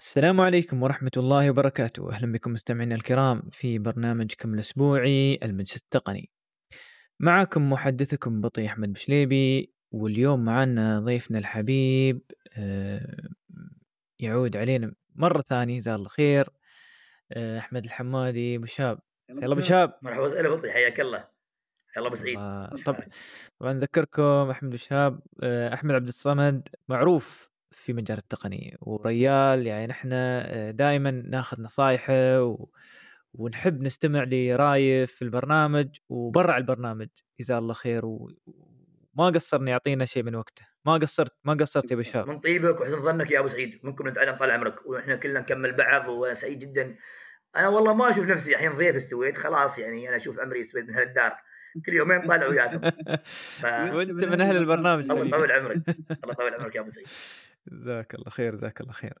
السلام عليكم ورحمة الله وبركاته. أهلا بكم مستمعينا الكرام في برنامجكم الأسبوعي المجلس التقني. معكم محدثكم بطي أحمد بشليبي، واليوم معنا ضيفنا الحبيب يعود علينا مرة ثانية جزاه الله خير، أحمد الحمادي أبو شاب. يلا أبو شاب. مرحبا وسهلا بطي، حياك الله. يلا ابو سعيد. طبعا نذكركم أحمد أبو شاب، أحمد عبد الصمد معروف في مجال التقني وريال، يعني نحن دائما ناخذ نصايحه ونحب نستمع لرايه في البرنامج وبرع البرنامج جزاه الله خير، وما قصرنا يعطينا شيء من وقته. ما قصرت يا ابو شاب. من طيبك وحسن ظنك يا ابو سعيد، منكم نتعلم طال عمرك ونحن كلنا نكمل بعض وسعيد جدا. انا والله ما اشوف نفسي الحين ضيف استويت خلاص، يعني انا اشوف عمري استويت من هالدار، كل يومين طالع وياكم. ف وانت من اهل البرنامج الله حبيبي. يطول عمرك، الله يطول عمرك يا ابو سعيد. جزاك الله خير جزاك الله خير.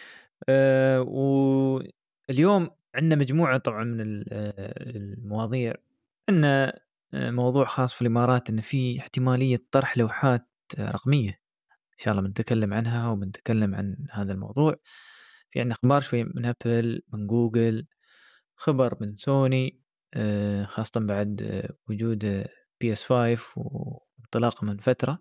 واليوم عندنا مجموعة طبعا من المواضيع. عندنا موضوع خاص في الإمارات، إن في احتمالية طرح لوحات رقمية. إن شاء الله بنتكلم عنها وبنتكلم عن هذا الموضوع. في عندنا أخبار شوي من أبل، من جوجل، خبر من سوني، خاصة بعد وجود PS5 وانطلاقه من فترة.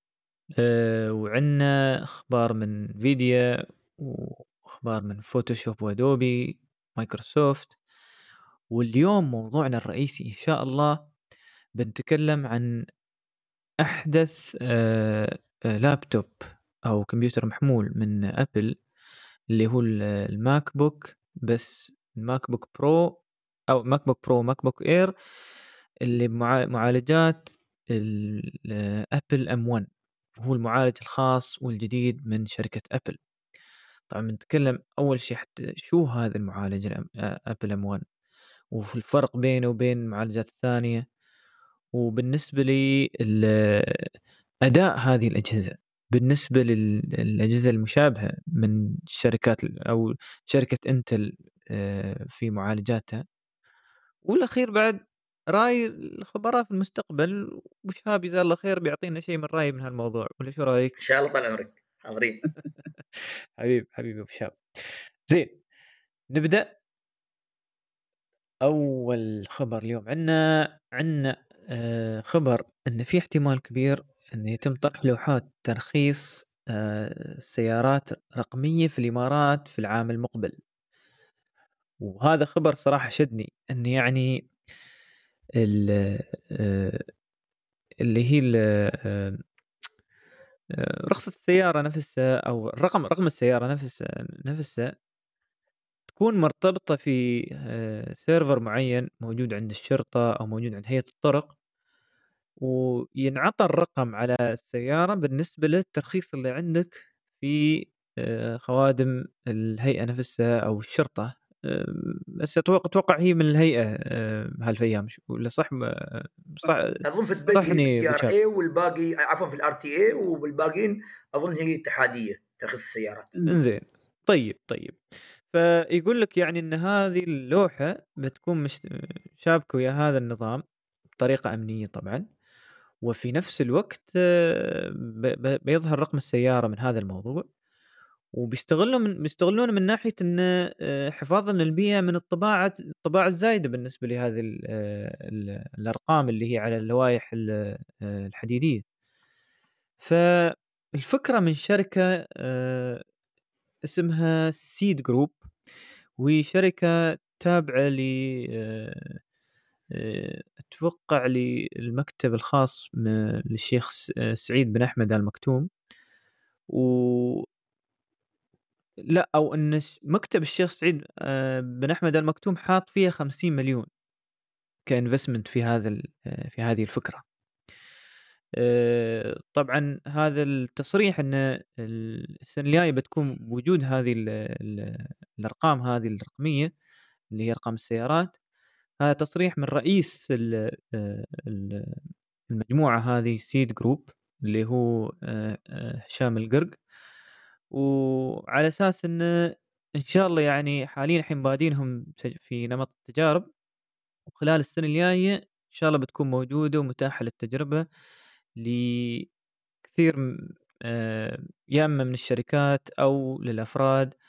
وعندنا أخبار من فيديا، وأخبار من فوتوشوب وأدوبي مايكروسوفت. واليوم موضوعنا الرئيسي إن شاء الله بنتكلم عن أحدث لابتوب أو كمبيوتر محمول من أبل، اللي هو الماك بوك، بس الماك بوك برو أو ماك بوك برو ماك بوك إير، اللي معالجات أبل M1. هو المعالج الخاص والجديد من شركة أبل. طبعا بنتكلم أول شيء حتى شو هذا المعالج أبل M1، وفي الفرق بينه وبين المعالجات الثانية، وبالنسبة لي أداء هذه الأجهزة بالنسبة للأجهزة المشابهة من شركات أو شركة انتل في معالجاتها. والأخير بعد رأي الخبراء في المستقبل، وشهاب جزاه الله خير بيعطينا شيء من رأي من هالموضوع، ولا شو رأيك؟ ان شاء الله طال عمرك، حاضرين. حبيبي أبو شهاب. زين، نبدأ. أول خبر اليوم عنا خبر أن في احتمال كبير أن يتم طرح لوحات ترخيص سيارات رقمية في الإمارات في العام المقبل. وهذا خبر صراحة شدني، أن يعني آه، اللي هي رخصة السيارة نفسها، أو رقم السيارة نفسها تكون مرتبطة في سيرفر معين موجود عند الشرطة أو موجود عند هيئة الطرق، وينعطى الرقم على السيارة بالنسبة للترخيص اللي عندك في خوادم الهيئة نفسها أو الشرطة. بس أتوقع هي من الهيئة هالفيام، ولا صح؟ صح. اظن في صحني البي أبو ار شاب. اي والباقي، عفوا في الار تي اي والباقيين اظن هي اتحاديه ترخيص السيارات. انزين. طيب. فيقول لك يعني ان هذه اللوحة بتكون مش شابكة ويا هذا النظام بطريقة أمنية طبعا، وفي نفس الوقت بيظهر رقم السيارة من هذا الموضوع. بيستغلونه من ناحية ان حفاظا للبيئة من الطباعة الزايدة بالنسبة لهذه الأرقام اللي هي على اللوائح الحديدية. فالفكرة من شركة اسمها سيد جروب، وهي شركة تابعة ل أتوقع للمكتب الخاص للشيخ سعيد بن أحمد آل مكتوم. و لا، أو أن مكتب الشيخ سعيد بن أحمد آل مكتوم حاط فيها 50 مليون كإنفستمنت في في هذه الفكرة. طبعا هذا التصريح أن السنة الجاية بتكون بوجود هذه الأرقام هذه الرقمية اللي هي أرقام السيارات. هذا تصريح من رئيس المجموعة هذه سيد جروب، اللي هو هشام القرق. وعلى أساس إن شاء الله يعني حاليا الحين بادينهم في نمط التجارب، وخلال السنة الجاية إن شاء الله بتكون موجودة ومتاحة للتجربة لكثير يا إما من الشركات أو للأفراد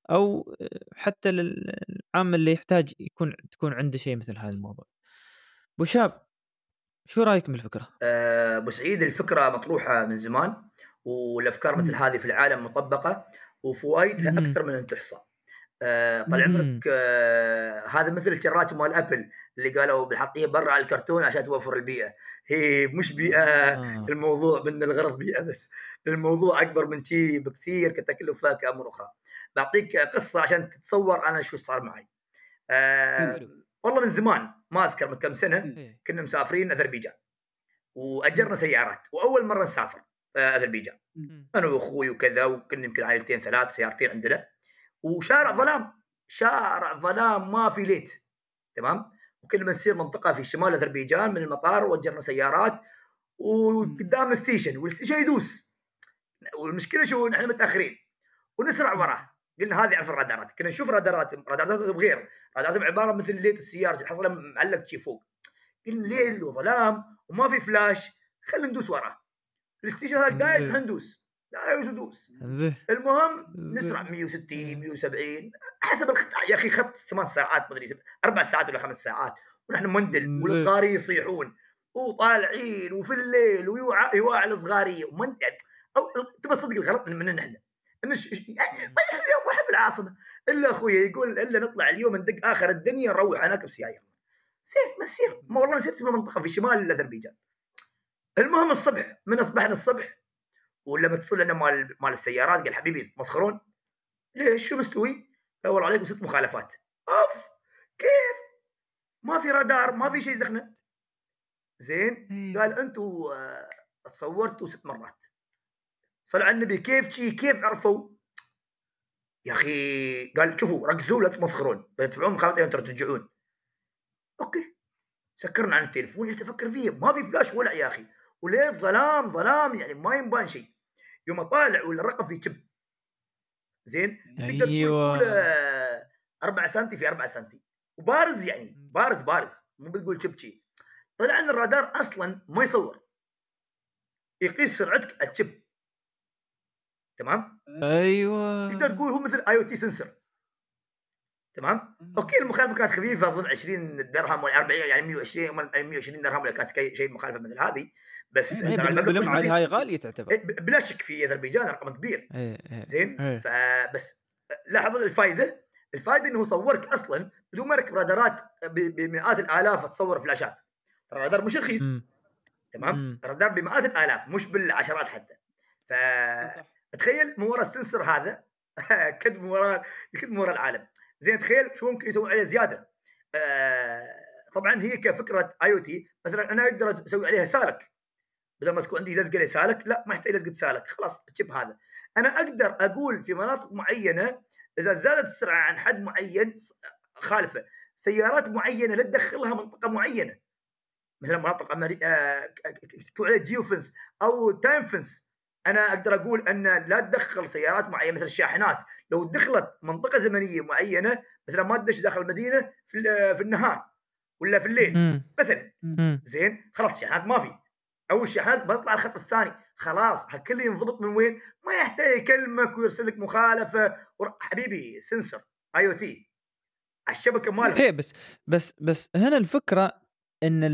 أو حتى للعامل اللي يحتاج تكون عنده شيء مثل هذا الموضوع. أبو شاب، شو رأيك بالفكرة؟ أبو سعيد، الفكرة مطروحة من زمان، والأفكار مثل هذه في العالم مطبقة، وفوائدها اهم، أكثر من أن تحصى. طال عمرك، اهم، هذا مثل الكرات مال أبل اللي قالوا بنحطيه برا على الكرتون عشان توفر البيئة. هي مش بيئة، آه، الموضوع من الغرض بيئة بس، الموضوع أكبر من شي بكثير كتكلفة كأمور أخرى. بعطيك قصة عشان تتصور أنا شو صار معي. حلو، والله من زمان، ما أذكر من كم سنة، إيه، كنا مسافرين أذربيجان وأجرنا سيارات، وأول مرة نسافر أذربيجان، إمم، أنا وأخوي وكذا، وكنا يمكن عائلتين ثلاث سيارتين عندنا، وشارع ظلام، شارع ظلام ما في ليت. تمام. وكل ما نسير منطقه في شمال اذربيجان من المطار وجرنا سيارات، وقدامنا ستيشن، والستيشن يدوس، والمشكله شو نحن متاخرين ونسرع وراه. قلنا هذه يعرف الرادارات، كنا نشوف رادارات بغير، رادارات عباره مثل ليت السياره تحصلها معلق شي فوق. قلنا ليل وظلام وما في فلاش، خلينا ندوس وراه. الستيشن هذا قايد، زين، ندوس، لا يدوس. زين، المهم نسرع زين، 160 إيه، 170 حسب القطاع. يا اخي خط 8 ساعات، ما ادري 4 ساعات ولا 5 ساعات، ونحن مندل زين، والصغاري يصيحون وطالعين وفي الليل ويوعى الصغاريه ومندل. او تبى صدق الغلط من نحن، يعني ما يحب واحد في العاصمه الا اخويا يقول الا نطلع اليوم ندق اخر الدنيا نروح هناك بسيايير. زين مسير، ما والله نسيت اسم المنطقه في شمال اذربيجان. المهم الصبح، من اصبحنا الصبح ولما اتصل لنا مال السيارات، قال حبيبي تمسخرون، ليش شو مستوي؟ قال والله عليكم 6 مخالفات. اوف، كيف؟ ما في رادار، ما في شيء زخنا. زين، إيه، قال انتم تصورتوا 6 مرات. صلى على النبي، كيف شي؟ كيف عرفوا؟ يا اخي قال شوفوا ركزوا لا تمسخرون، بتدفعون مخالفات يوم ترجعون. اوكي، سكرنا عن التليفون، ايش تفكر فيه؟ ما في فلاش ولا يا اخي، وليل ظلام ظلام، يعني ما ينبان شيء. يوم اطالع ولا الرقم فيه شب. زين، تقدر تقول طوله أيوه، 4 سم في 4 سم، وبارز، يعني بارز بارز، مو بتقول شبشي. طلع ان الرادار اصلا ما يصور، يقيس سرعتك الشب. تمام. تقدر أيوه، تقول هو مثل اي او تي سنسر. تمام. اوكي، المخالفه كانت خفيفه، اظن 20 درهم ولا 40، يعني 120 درهم، ولا كانت شيء مخالفه مثل هذه. بس إيه، المبلغ بالنسبة مش لهم عاد بسيط. هاي غالية تعتبر. بلا شك في اذربيجان رقم كبير. إيه، إيه، زين، إيه، فبس لاحظ الفائده انه صورك اصلا بدون ما يركب رادارات بمئات الالاف تصور فلاشات. ترى الرادار مش رخيص. إمم، تمام، إمم، الرادار بمئات الالاف مش بالعشرات حتى. صح، فتخيل من وراء السنسور هذا كذب من وراء، كذب من وراء العالم. زين، تخيل شو ممكن يسوي عليه زياده. آه طبعا هي كفكره اي او تي، مثلا انا اقدر اسوي عليها سالك، بدل ما تكون عندي لزقه لسالك، لا ما يحتاج لزقه سالك، خلاص الشيب هذا. انا اقدر اقول في مناطق معينه اذا زادت السرعه عن حد معين خالفه، سيارات معينه لا تدخلها منطقه معينه، مثلا مناطق تكون عليها جيو فنس او تايم فنس. انا اقدر اقول ان لا تدخل سيارات معينه مثل الشاحنات، لو دخلت منطقه زمنيه معينه، مثلا ما تدش داخل المدينه في النهار ولا في الليل إمم، مثلا. إمم، زين، خلاص الشاحنات ما في، اول شحنات بطلع الخط الثاني، خلاص هالكل ينضبط من وين؟ ما يحتاج يكلمك ويرسل لك مخالفه حبيبي سنسر اي او تي على الشبكه مالهم. أوكي، بس هنا الفكرة إن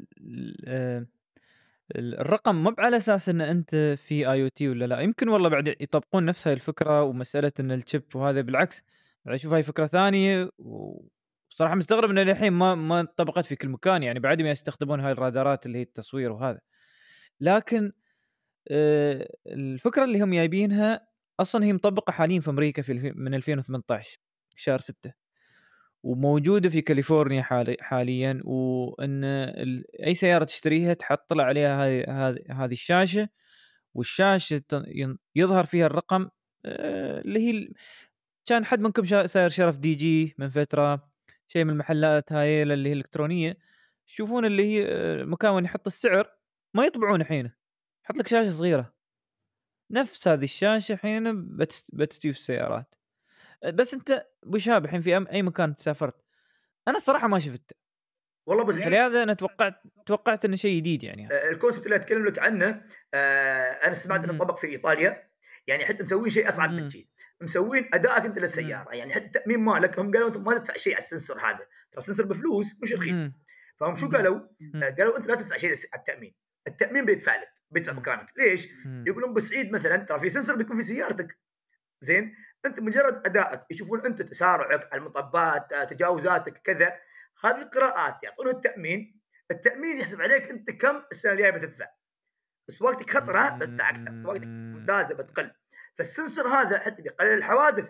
الرقم مو على أساس إن أنت في IoT والّا لأ، يمكن والله بعد يطبقون نفس هاي الفكرة ومسألة إن الchip وهذا بالعكس، أنا أشوف هاي فكرة ثانية وبصراحة مستغرب إن للحين ما انطبقت في كل مكان، يعني بعدهم يستخدمون هاي الرادارات اللي هي التصوير وهذا، لكن الفكرة اللي هم جايبينها أصلًا هي مطبقة حاليًا في أمريكا من 2018 شهر 6. وموجودة في كاليفورنيا حاليًا، وإن أي سيارة تشتريها تحط لها عليها هذه الشاشة، والشاشة يظهر فيها الرقم اللي هي كان حد منكم ساير شرف DG من فترة، شيء من المحلات هاي اللي هي الإلكترونية، تشوفون اللي هي مكان وين يحط السعر ما يطبعون الحين، يحط لك شاشة صغيرة، نفس هذه الشاشة الحين بتستوي في السيارات. بس أنت أبو شهاب الحين في أي مكان سافرت أنا الصراحة ما شفته، والله ابو سعيد، فلهذا أنا توقعت إنه شيء جديد يعني هذا. الكونسبت اللي اتكلم لك عنه، انا سمعت انه اهم، طبق في ايطاليا، يعني حتى مسوين شيء اصعب من اهم، شيء. مسوين ادائك انت للسياره، يعني حتى التامين مالك هم قالوا انت ما تدفع شيء على السنسور هذا، ترى السنسور بفلوس مش رخيص. فهم شو قالوا؟ قالوا انت لا تدفع شيء على التامين، التامين بيدفع لك، بيدفع مكانك. ليش؟ يقولون بسعيد مثلا ترى في سنسور بيكون في سيارتك، زين، انت مجرد ادائك يشوفون انت تسارعك على المطبات، تجاوزاتك كذا، هذه القراءات يعطونه التامين، التامين يحسب عليك انت كم السنه الجايه بتدفع، بس وقتك خطره بتدفع اكثر، وقتك ممتازه بتقل. فالسنسور هذا حتى بيقلل الحوادث،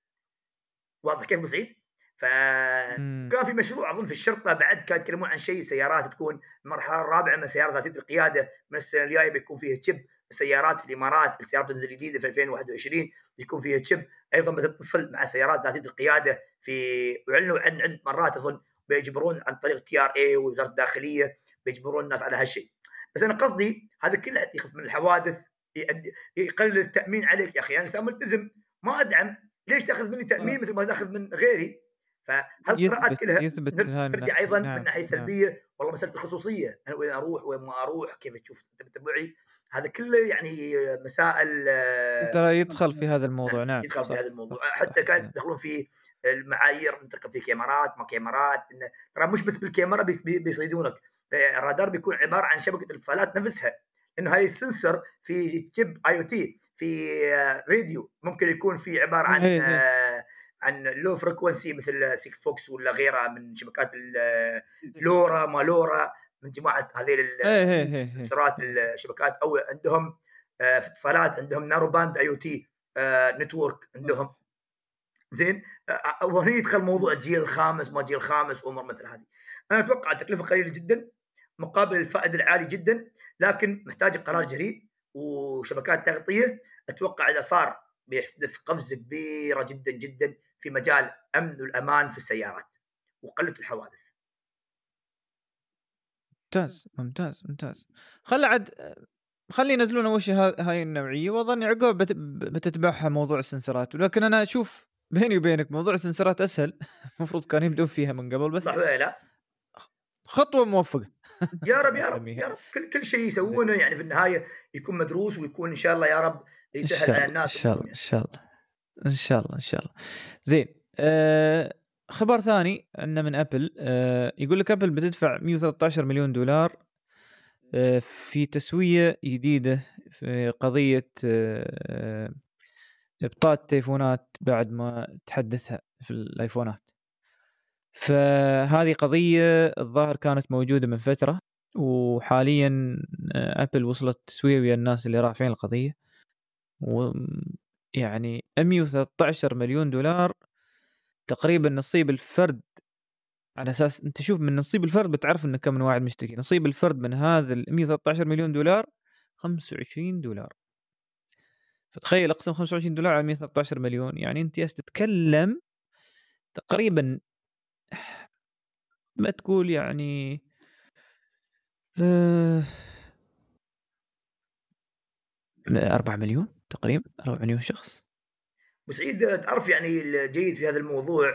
واضح كيف مسعيد؟ فكان في مشروع اظن في الشرطه بعد كانوا يتكلمون عن شيء سيارات تكون المرحله الرابعه من سيارات ذاتيه القياده من السنه الجايه بيكون فيها تشيب. السيارات في الامارات السيارات تنزل جديده في 2021 يكون فيها تشيب، ايضا بتتصل مع سيارات ذاتيه القياده في، واعلنوا عن عده مرات اظن بيجبرون عن طريق تي ار اي ووزاره الداخليه بيجبرون الناس على هالشيء. بس انا قصدي هذا كله حتى يخف من الحوادث، يقلل التامين عليك. يا اخي انا انسان ملتزم ما ادعم، ليش تاخذ مني تامين مثل ما تاخذ من غيري؟ فهالقراءات كلها ترجع ايضا من ناحيه سلبيه. والله مساله الخصوصيه، انا وين اروح وين ما اروح كيف تشوف انت بتتبعي، هذا كله يعني مسائل ترى يدخل في هذا الموضوع. نعم يدخل في هذا الموضوع. حتى كانت يدخلون في المعايير تركب في كاميرات ما كاميرات، ترى مش بس بالكاميرا بيصيدونك، الرادار بيكون عباره عن شبكه الاتصالات نفسها، انه هاي السنسر في تشيب اي او تي في راديو، ممكن يكون في عباره عن لو فريكونسي مثل سيك فوكس ولا غيرها من شبكات لورا ما لورا، من جماعه هذه السنسورات الشبكات، او عندهم في اتصالات عندهم نارو باند اي او تي نتورك عندهم، زين. وهنا يدخل موضوع الجيل الخامس ما الجيل الخامس امور مثل هذه. انا اتوقع التكلفه قليله جدا مقابل الفائده العالي جدا، لكن محتاج قرار جريء وشبكات تغطيه. اتوقع اذا صار بيحدث قفزه كبيره جدا جدا في مجال امن والامان في السيارات وقله الحوادث. ممتاز. خلي ينزلون اول شيء هاي النوعيه، واظن عقب بتتبعها موضوع السنسرات. ولكن انا اشوف بيني وبينك موضوع السنسرات اسهل المفروض كانوا يبدون فيها من قبل، بس صح ولا لا؟ خطوه موفقه. يا رب يا رب يا رب كل شيء يسوونه يعني في النهايه يكون مدروس، ويكون ان شاء الله يا رب يسهل على الناس. ان شاء الله. زين. خبر ثاني عندنا من ابل. يقول لك ابل بتدفع 113 مليون دولار في تسويه جديده في قضيه ابطاء التليفونات بعد ما تحدثها في الايفونات. فهذه قضيه الظاهر كانت موجوده من فتره، وحاليا ابل وصلت تسويه ويا الناس اللي رافعين القضيه، ويعني 113 مليون دولار تقريبا نصيب الفرد. على اساس انت شوف من نصيب الفرد بتعرف انه كم من واحد مشتكي. نصيب الفرد من هذا ال 113 مليون دولار 25 دولار. فتخيل اقسم 25 دولار على 113 مليون، يعني انت تتكلم تقريبا ما تقول يعني 4 مليون تقريبا، 4 مليون شخص. مسعيد تعرف يعني الجيد في هذا الموضوع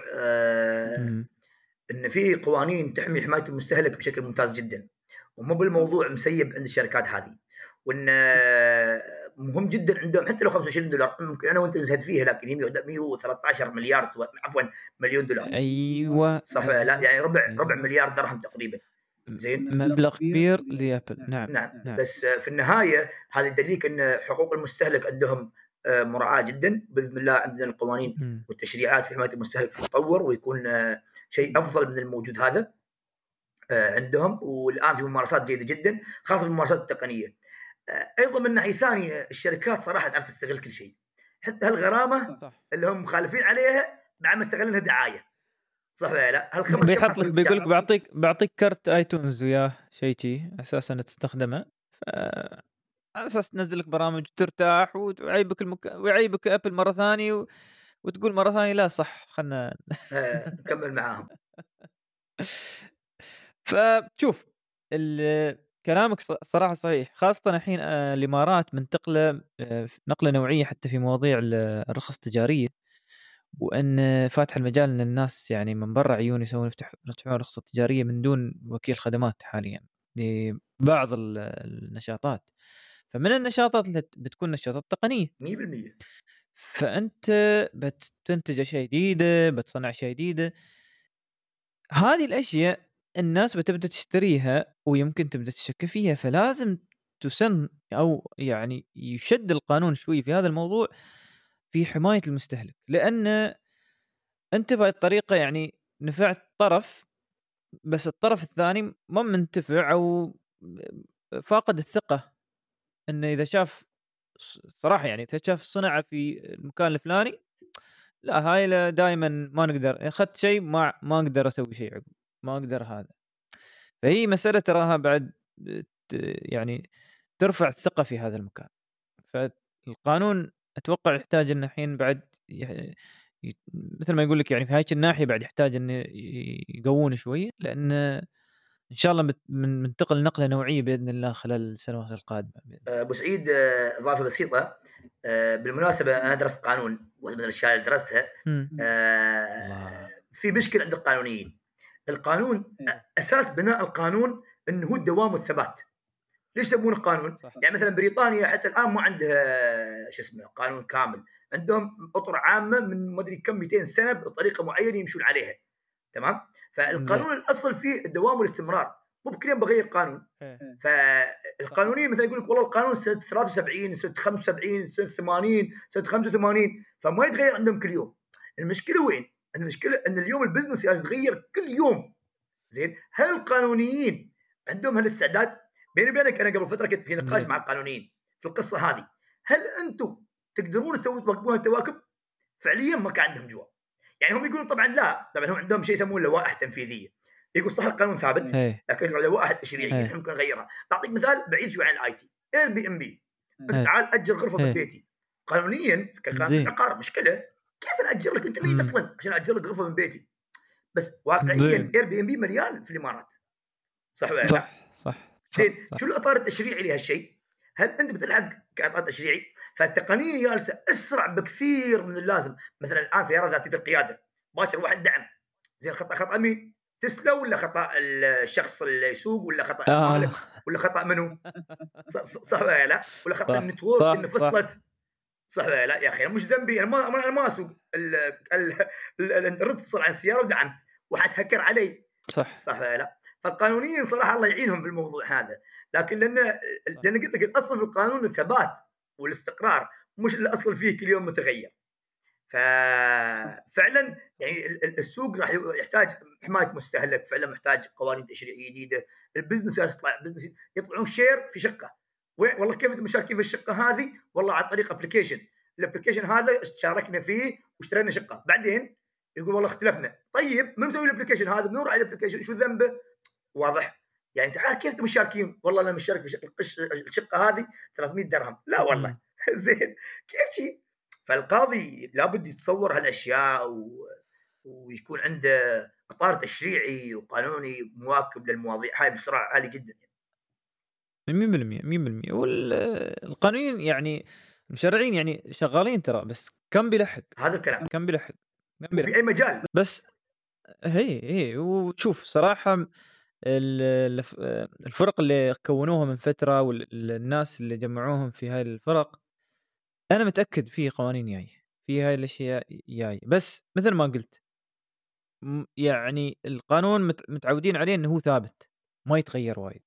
ان في قوانين تحمي حمايه المستهلك بشكل ممتاز جدا، ومو بالموضوع مسيب عند الشركات هذه، وان مهم جدا عندهم حتى لو 25 دولار ممكن انا وانت نزهد فيها، لكن هي 113 مليار عفوا مليون دولار. ايوه صح ولا لا؟ يعني ربع مليار درهم تقريبا. زين، مبلغ كبير لابل. نعم. بس في النهايه هذا يدليك ان حقوق المستهلك عندهم مراعاه جدا. باذن الله عندنا القوانين والتشريعات في حمايه المستهلك تتطور ويكون شيء افضل من الموجود هذا عندهم. والان في ممارسات جيده جدا خاصه في الممارسات التقنيه. ايضا من ناحيه ثانيه الشركات صراحه تعرف تستغل كل شيء، حتى هالغرامه اللي هم مخالفين عليها بعد ما استغلنها دعايه. صح ولا لا؟ هالخبر بيحط لك بيقول لك بعطيك كرت ايتونز وياه شيء شيء اساسا تستخدمه، على اساس تنزل لك برامج وترتاح ويعيبك ويعيبك ابل مره ثانيه وتقول مره ثانيه لا صح خلنا نكمل معاهم. فشوف كلامك صراحه صحيح، خاصه الحين الامارات منتقله نقله نوعيه حتى في مواضيع الرخص التجاريه، وان فاتح المجال ان الناس يعني من برا عيون يفتحون رخصه تجاريه من دون وكيل خدمات حاليا لبعض النشاطات. فمن النشاطات اللي بتكون نشاطات تقنيه 100%. فأنت بتنتج أشياء جديدة، بتصنع أشياء جديدة، هذه الأشياء الناس بتبدأ تشتريها ويمكن تبدأ تشك فيها، فلازم تُسَن أو يعني يُشَد القانون شوي في هذا الموضوع في حماية المستهلك، لأن أنت بهاي الطريقة يعني نفعت طرف، بس الطرف الثاني ما منتفع أو فاقد الثقة، إنه إذا شاف الصراحة يعني إذا شاف صنع في المكان الفلاني، لا هاي دايمًا ما نقدر، أخذت شيء ما أقدر أسوي شيء عقب، ما أقدر هذا. فهي مسألة تراها بعد يعني ترفع الثقة في هذا المكان. فالقانون أتوقع يحتاج إنه الحين بعد مثل ما يقول لك يعني في هايك الناحية بعد يحتاج إنه يقوونه شوية، لأن إن شاء الله بننتقل نقلة نوعية بإذن الله خلال السنوات القادمة بإذن الله. أبو سعيد، إضافة بسيطة. بالمناسبة أنا درست قانون، واحدة من الأشياء اللي درستها إمم. آه، الله. في مشكلة عند القانونيين. القانون أساس بناء القانون أنه هو الدوام والثبات. ليش يسمونه قانون؟ صح. يعني مثلا بريطانيا حتى الآن ما عندها شو اسمه قانون كامل، عندهم أطر عامة من ما أدري كم 200 سنة بطريقة معينة يمشون عليها. تمام؟ زين. فالقانون الأصل فيه الدوام والاستمرار، مو بكل يوم بغير قانون. إيه. فالقانونيين مثلا يقول لك والله القانون سنه 73 سنه 75 سنه 80 سنه 85، فما يتغير عندهم كل يوم. المشكله وين؟ المشكله ان اليوم البزنس يتغير كل يوم. زين، هل القانونيين عندهم هالاستعداد؟ بيني وبينك انا قبل فتره كنت في نقاش مع القانونيين في القصه هذه. هل انتم تقدرون تسوون توقفون التواكب؟ فعليا ما كان عندهم جواب. يعني هم يقولون طبعا لا، طبعا هم عندهم شيء يسمونه لوائح تنفيذيه. يقول صح القانون ثابت، إيه. لكن اللوائح التشريعيه إيه. نحن ممكن نغيرها. بعطيك مثال بعيد شوي عن الاي تي. اير بي ام بي، انت إيه. تعال اجر غرفه من إيه. بيتي. قانونيا كقانون زين. العقار مشكله، كيف انا اجر لك؟ انت مين إمم. اصلا عشان اجر لك غرفه من بيتي؟ بس واقعيا زين. اير بي ام بي مليان في الامارات، صح ولا لا؟ صح، صح، صح، زين، صح. شو الاطار التشريعي لهالشيء؟ هل انت بتلحق كاطار تشريعي؟ فالتقنيه جالسه اسرع بكثير من اللازم. مثلا الان سياره ذاتيه القياده، باكر واحد دعم، زين خطا مين؟ تسلا ولا خطا الشخص اللي يسوق ولا خطا آه. المالك ولا خطا منو؟ صح ولا لا؟ ولا خطا صح، النتورك صح، انه صح. فصلت؟ صح ولا لا؟ يا اخي أنا مش ذنبي، انا ما اسوق الانترنت، فصل عن السياره ودعمت واحد هكر علي، صح. صح ولا لا؟ فالقانونيين صراحه الله يعينهم في الموضوع هذا. لكن صح. لان قلت لك الاصل في القانون الثبات والاستقرار، مش الاصل فيه كل يوم متغير. صح. ففعلا يعني السوق راح يحتاج حمايه مستهلك، فعلا محتاج قوانين تشريعيه جديده. البزنس يطلع بزنس يطلعون شير في شقه، والله كيف انتم مشاركين في الشقه هذه؟ والله عن طريق ابلكيشن، الابلكيشن هذا شاركنا فيه واشترينا شقه، بعدين يقول والله اختلفنا. طيب من مسوي الابلكيشن هذا؟ بنور على الابلكيشن، شو ذنبه؟ واضح؟ يعني تعال كيف انتم مشاركين؟ والله انا مشارك في الشقه هذه 300 درهم، لا والله. إمم. زين، كيف شيء؟ فالقاضي لابد يتصور هالاشياء ويكون عنده اطار تشريعي وقانوني مواكب للمواضيع هاي بسرعه عاليه جدا. 100%، 100%. القانونيين يعني المشرعين يعني شغالين ترى، بس كم بيلحق، هذا الكلام، كم بيلحق، كم وفي بيلحق. اي مجال. بس هي وشوف صراحة الفرق اللي كوّنوها من فترة الناس اللي جمعوهم في هاي الفرق، أنا متأكد في قوانين جاية، في هاي الأشياء جاية، بس مثل ما قُلت يعني القانون متعودين عليه إنه هو ثابت، ما يتغيّر وايد.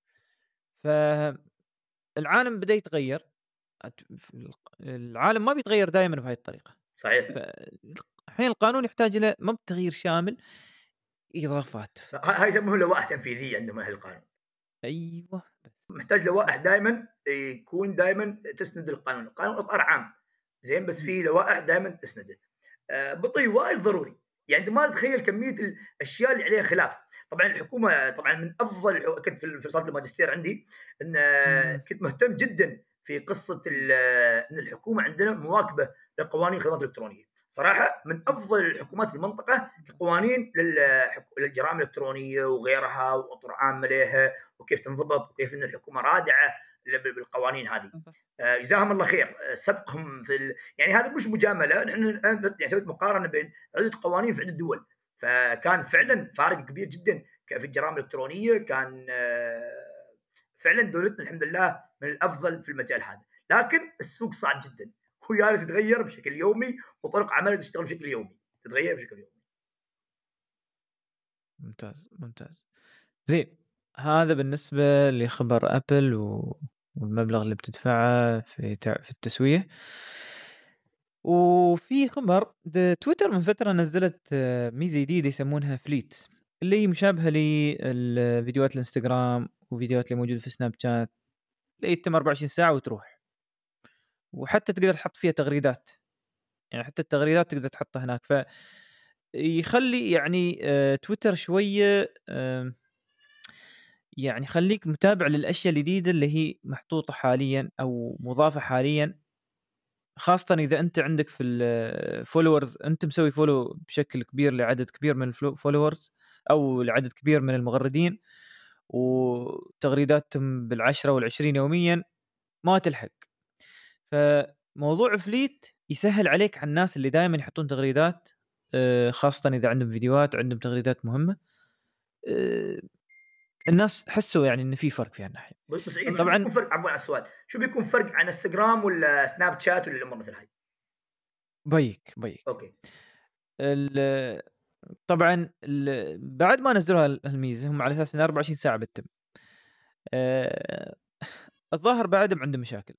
فالعالم بدأ يتغيّر، العالم ما بيتغيّر دايمًا بهاي الطريقة. صحيح. الحين القانون يحتاج إلى ما بتغيير شامل، إضافات. هاي يسموها لوائح تنفيذيه عندهم اهل القانون. أيوه بس. محتاج لوائح دائما يكون دائما تسند القانون. القانون اطار عام زين، بس في لوائح دائما تسنده. بطيء وايد ضروري. يعني انت ما تتخيل كميه الاشياء اللي عليها خلاف. طبعا الحكومه طبعا من افضل، كنت في صاله الماجستير عندي ان إمم. كنت مهتم جدا في قصه ان الحكومه عندنا مواكبه لقوانين الخدمات الالكترونيه. صراحه من افضل الحكومات في المنطقه كقوانين للجرائم الالكترونيه وغيرها، واطر عامه لها وكيف تنضبط وكيف ان الحكومه رادعه بالقوانين هذه. جزاهم الله خير. سبقهم يعني هذا مش مجامله، نحن يعني سويت مقارنه بين عده قوانين في عده دول، فكان فعلا فارق كبير جدا في الجرائم الالكترونيه. كان فعلا دولتنا الحمد لله من الافضل في المجال هذا. لكن السوق صعب جدا، هو جالس يتغير بشكل يومي، وطرق عمله تشتغل بشكل يومي، تتغير بشكل يومي. ممتاز، ممتاز. زين، هذا بالنسبة لخبر أبل والمبلغ اللي بتدفعه في التسوية. وفي خبر تويتر من فترة نزّلت ميزة جديدة يسمونها فليت، اللي هي مشابهة للفيديوهات الإنستجرام وفيديوهات اللي موجودة في سناب شات، اللي تتم 24 ساعة وتروح. وحتى تقدر تحط فيها تغريدات، يعني حتى التغريدات تقدر تحطها هناك. يخلّي يعني تويتر شوية يعني خلّيك متابع للأشياء الجديدة اللي هي محطوطة حاليًا أو مضافة حاليًا، خاصةً إذا أنت عندك في الfollowers، أنت مسوي follow بشكل كبير لعدد كبير من followers أو لعدد كبير من المغردين، وتغريداتهم بال10 وال20 يوميًا ما تلحق. فموضوع فليت يسهّل عليك على الناس اللي دايمًا يحطون تغريدات، خاصةً إذا عندهم فيديوهات وعندهم تغريدات مهمة. آآ الناس حسّوا يعني إن في فرق في هالناحية. بس سعيد، وشو طبعًا بيكون فرق، عفوا على السؤال، شو بيكون فرق عن انستغرام ولا سناب شات ولا الامور مثل هاي؟ بيّك. اوكي. ال طبعًا بعد ما نزّلوا هالميزة هم على أساس إنها 24 ساعة بتتم. آآ الظاهر بعدهم عندهم مشاكل.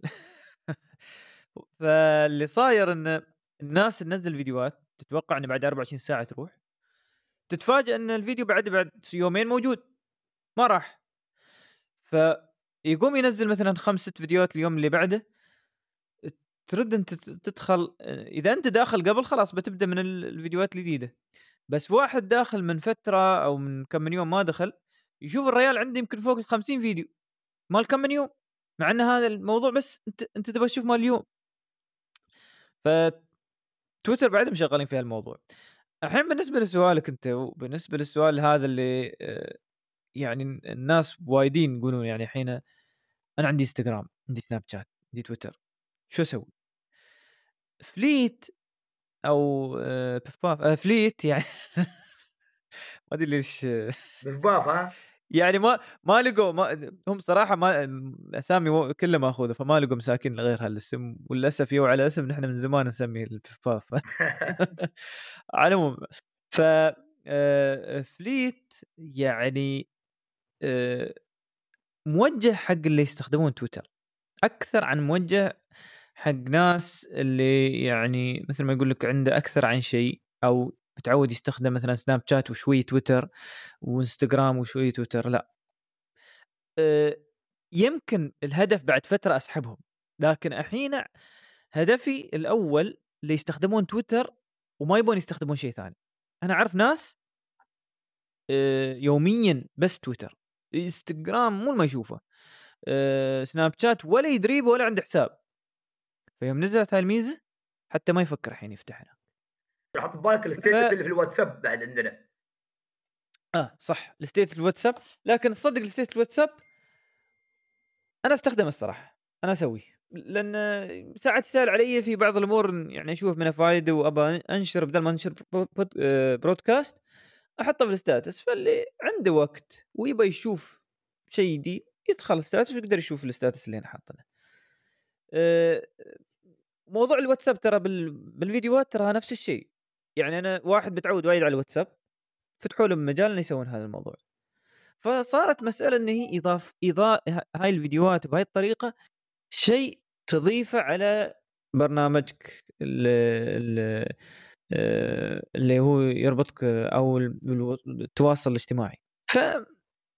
فاللي صاير إن الناس تنزّل فيديوهات تتوقع إن بعد 24 ساعة تروح، تتفاجأ إن الفيديو بعد يومين موجود، ما راح. فيقوم ينزّل مثلًا 5، 6 فيديوهات اليوم اللي بعده، ترد أنت تدخل. إذا أنت داخل قبل خلاص بتبدأ من الفيديوهات الجديدة. بس واحد داخل من فترة أو من كم من يوم ما دخل، يشوف الريال عنده يمكن فوق ال50 فيديو مال كم من يوم، مع إن هذا الموضوع بس أنت تبغى تشوف مال اليوم. فتويتر بعدهم شغالين في هالموضوع. الحين بالنسبة لسؤالك أنت، وبالنسبة للسؤال هذا اللي يعني الناس وايدين يقولون يعني الحين أنا عندي انستغرام، عندي سناب شات، عندي تويتر، شو أسوي؟ فليت أو بيف باف فليت يعني. ما أدري ليش. بفباف ها. يعني ما لقوا، ما هم صراحة ما الأسامي كلها ماخوذة، فما لقوا مساكين غير هالاسم، وللأسف يو على اسم نحن من زمان نسميه البيف باف. على العموم، ف فليت يعني آآ موجه حق اللي يستخدمون تويتر، أكثر عن موجه حق ناس اللي يعني مثل ما يقول لك عنده أكثر عن شيء، أو متعود يستخدم مثلًا سناب شات وشوي تويتر وإنستجرام وشوي تويتر. لأ، آآ يمكن الهدف بعد فترة أسحبهم، لكن الحين هدفي الأول اللي يستخدمون تويتر وما يبون يستخدمون شيء ثاني. أنا أعرف ناس يوميًا بس تويتر، إنستجرام مو ما يشوفه، سناب شات ولا يدري به ولا عنده حساب. فيوم نزلت هاي الميزة حتى ما يفكر الحين يفتحها. حط ببالك ف الستيتس اللي في الواتساب بعد عندنا. صح، الستيت الواتساب، لكن تصدق الستيت الواتساب أنا أستخدمه الصراحة، أنا أسويه، لأن ساعات يسهل علي في بعض الأمور، يعني أشوف منها فايدة وأبى أنشر، بدل ما أنشر برودكاست أحطه في الستاتس. فاللي عنده وقت ويبى يشوف شيء جديد يدخل الستاتس ويقدر يشوف الستاتس اللي أنا حاطه له. موضوع الواتساب ترى بالفيديوهات ترى نفس الشيء. يعني أنا واحد بتعود وايد على الواتساب، فتحوا لهم مجال إن يسوون هذا الموضوع. فصارت مسألة إن هي هاي الفيديوهات بهاي الطريقة شيء تضيفه على برنامجك ال اللي هو يربطك أو التواصل الاجتماعي. فهذه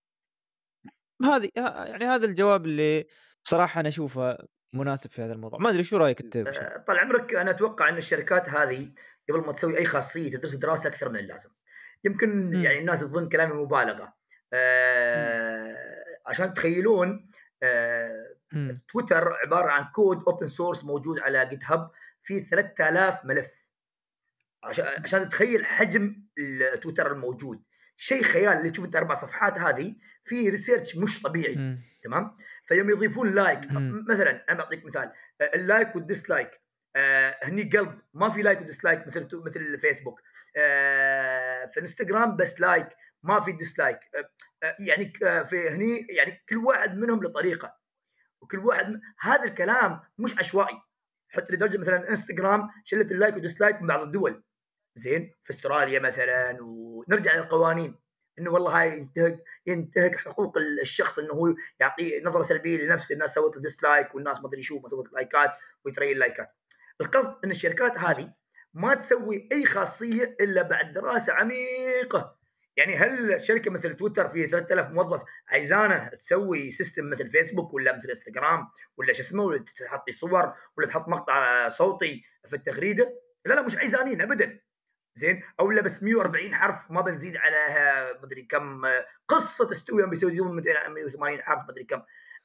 يعني هذا الجواب اللي صراحة أنا أشوفه مناسب في هذا الموضوع. ما أدري شو رأيك أنت بشكل. طال عمرك، أنا أتوقع أن الشركات هذه قبل ما تسوي أي خاصية تدرس دراسة أكثر من اللازم. يمكن إمم، يعني الناس تظن كلامي مبالغة. إمم، عشان تخيلون، إمم، تويتر عبارة عن كود اوبن سورس موجود على جيت هاب فيه 3000 ملف. عشان تتخيل حجم تويتر الموجود، شيء خيال. اللي تشوف انت 4 صفحات هذه في ريسيرش مش طبيعي. إمم، تمام. فيوم يضيفون لايك، إمم، مثلا انا بعطيك مثال، اللايك والديسلايك. هني قلب، ما في لايك وديسلايك مثل الفيسبوك. في انستغرام بس لايك، ما في ديسلايك. يعني في هني يعني كل واحد منهم لطريقه، وكل واحد هذا الكلام مش عشوائي. حتى لدرجه مثلا انستغرام شلت اللايك وديسلايك من بعض الدول، زين، في استراليا مثلا. ونرجع للقوانين، انه والله هاي ينتهك حقوق الشخص، انه هو يعطي نظره سلبيه لنفسه، الناس سوت له ديسلايك والناس ما ادري شو، ما سوت لايكات ويتري اللايكات. القصد ان الشركات هذه ما تسوي اي خاصيه الا بعد دراسه عميقه. يعني هل شركه مثل تويتر فيه 3000 موظف عايزانه تسوي سيستم مثل فيسبوك ولا مثل انستغرام ولا شو اسمه، ولا تحطي صور ولا تحط مقطع صوتي في التغريده؟ لا لا، مش عايزانين ابدا. زين، او لا بس 140 حرف ما بنزيد عليها مدري كم قصه تستوي، بيسوون 180 حرف مدري كم.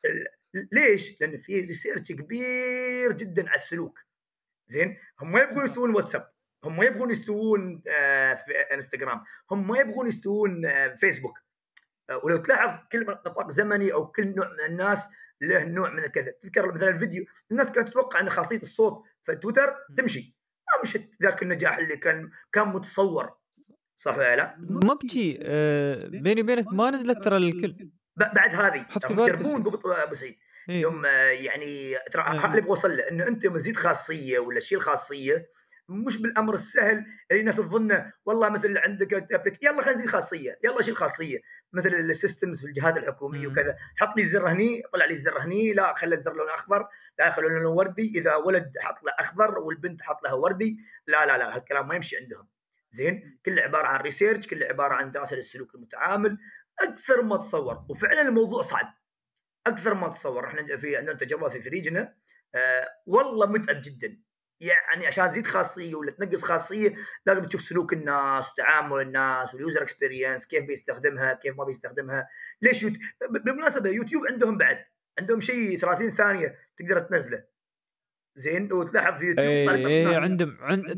ليش؟ لان في ريسيرش كبير جدا على السلوك. زين، هم ما يبغون يستوون واتساب، هم ما يبغون يستوون في انستغرام، هم ما يبغون يستوون فيسبوك. ولو تلاحظ كل نطاق زمني او كل نوع من الناس له نوع من الكذا. تذكر مثلا الفيديو، الناس كانت تتوقع ان خاصيه الصوت في تويتر تمشي، ما مشت ذاك النجاح اللي كان متصور، صح ولا لا؟ ما بشي بيني وبينك ما نزلت ترى الكل. بعد هذه حط في هم بالك يجربون هالشيء. ابو سعيد. ايه يوم يعني ترى ايه اللي بوصل له انه انت مزيد خاصيه ولا شيء الخاصيه مش بالامر السهل اللي الناس تظنه. والله مثل عندك يلا خلينا نزيد خاصيه، يلا شيل خاصيه مثل السيستمز في الجهات الحكوميه وكذا. حط لي الزر هني، طلع لي الزر هني، لا خلي الزر لونه اخضر، لا خلي لونه وردي، اذا ولد حط له اخضر والبنت حط لها وردي. لا لا لا، هالكلام ما يمشي عندهم. زين، كله عباره عن ريسيرش، كله عباره عن دراسه للسلوك المتعامل اكثر ما تصور. وفعلا الموضوع صعب اكثر ما تصور. احنا في عندنا تجربه في فريقنا، والله متعب جدا. يعني عشان تزيد خاصيه ولا تنقص خاصيه لازم تشوف سلوك الناس وتعامل الناس واليوزر اكسبيرينس، كيف بيستخدمها كيف ما بيستخدمها. ليش بالمناسبه يوتيوب عندهم بعد عندهم شيء 30 ثانيه تقدر تنزله. زين، وتلاحظ في يوتيوب طريقه ايه الناس. عندهم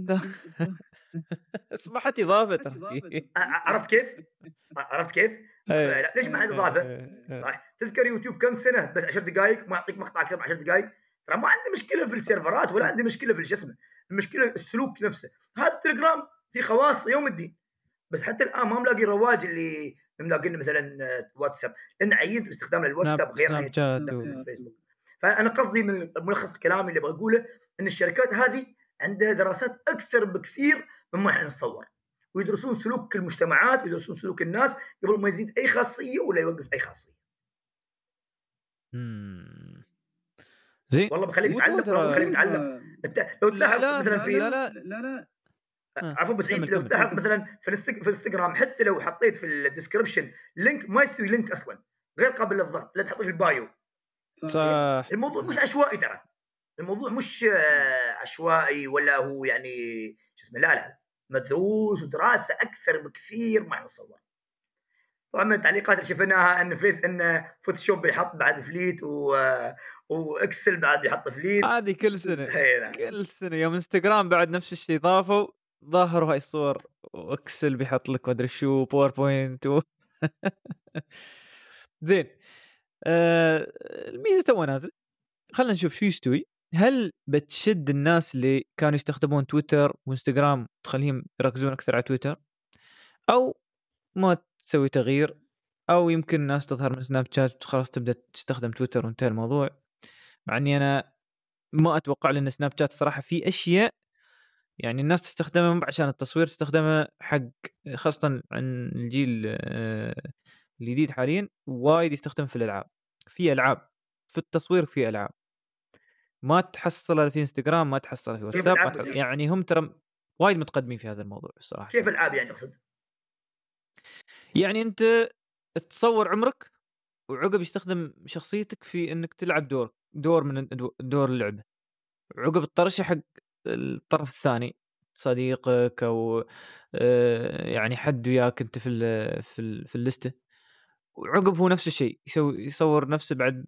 اسمحت اضافه ترى. عرفت كيف؟ عرفت كيف؟ صح ولا ايه لا؟ ليش ما حد اضافه؟ صح. تذكر يوتيوب كم سنه بس 10 دقائق ما يعطيك مقطع اكثر من 10 دقائق. ترى ما عندي مشكله في السيرفرات ولا عندي مشكله في شو اسمه، المشكله السلوك نفسه. هذا التليجرام في خواص يوم الدين، بس حتى الان ما ملاقي رواج اللي ملاقينا مثلا واتساب، لان عينت باستخدام الواتساب غير سناب عينت شات باستخدام الفيسبوك. فانا قصدي من ملخص كلامي اللي بقوله ان الشركات هذه عندها دراسات اكثر بكثير مما احنا نتصور، ويدرسون سلوك المجتمعات ويدرسون سلوك الناس قبل ما يزيد اي خاصيه ولا يوقف اي خاصيه. زين. والله بخليك وهو تعلق، والله بخليك ترى تعلق. انت لو لا تلاحظ لا مثلا لا في، لا عفوا بس كمل عيد، لو كمل. تلاحظ مثلا في انستغرام حتى لو حطيت في الديسكربشن لينك ما يستوي لينك اصلا، غير قابل للضغط، لا تحطه في البايو. زين، صح. الموضوع مش عشوائي ترى، الموضوع مش عشوائي ولا هو يعني شو اسمه، لا لا، مدروس ودراسه اكثر بكثير ما نتصور. طبعا من التعليقات اللي شفناها ان فوتوشوب بيحط بعد فليت واكسل بعد بيحط فليت. هذه كل سنه هي نعم. كل سنه يوم انستغرام بعد نفس الشيء ضافوا، ظهروا هاي الصور واكسل بيحط لك ما ادري شو باوربوينت زين. الميزه تو نازل، خلينا نشوف شو يستوي. هل بتشد الناس اللي كانوا يستخدمون تويتر وانستغرام تخليهم يركزون اكثر على تويتر، او ما تسوي تغيير، او يمكن الناس تظهر من سناب شات خلاص تبدا تستخدم تويتر وانتهى الموضوع؟ مع اني انا ما اتوقع، لان سناب شات صراحه في اشياء يعني الناس تستخدمها مو عشان التصوير، تستخدمها حق خاصه عن الجيل الجديد حاليا وايد يستخدم في الالعاب. في العاب في التصوير، في العاب ما تحصلها في انستغرام، ما تحصلها في كيف واتساب، العاب بس؟ يعني هم ترى وايد متقدمين في هذا الموضوع الصراحه. كيف العاب يعني تقصد؟ يعني انت تصور عمرك وعقب يستخدم شخصيتك في انك تلعب دور من دور اللعبه، عقب تطرشه حق الطرف الثاني، صديقك او يعني حد وياك انت في اللسته، وعقب هو نفس الشيء يصور نفسه بعد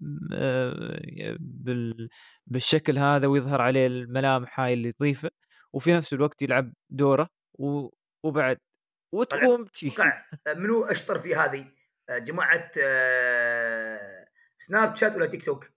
بالشكل هذا ويظهر عليه الملامح هاي اللي تضيفه، وفي نفس الوقت يلعب دوره وبعد طلع وتقوم بشي. اتوقع منو اشطر في هذه؟ جماعه سناب شات ولا تيك توك؟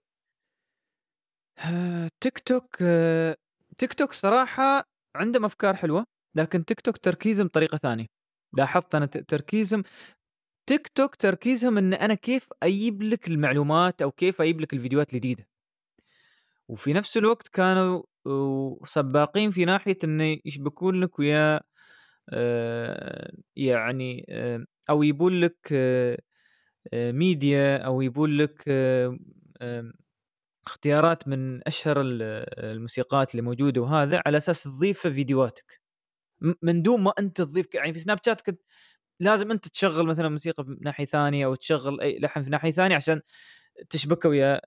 تيك توك تيك توك صراحة عندهم أفكار حلوة، لكن تيك توك تركيزهم بطريقة ثانية. لاحظت أنا تركيزهم، تيك توك تركيزهم إن أنا كيف أجيب لك المعلومات أو كيف أجيب لك الفيديوهات الجديدة، وفي نفس الوقت كانوا سباقين في ناحية إنه يشبكون لك ويا يعني أو يبون لك ميديا، أو يبون لك اختيارات من أشهر الموسيقات اللي موجودة، وهذا على أساس تضيف في فيديوهاتك من دون ما أنت تضيف. يعني في سناب شات كنت لازم أنت تشغل مثلا موسيقى من ناحية ثانية، أو تشغل أي لحن في ناحية ثانية عشان تشبكه ويا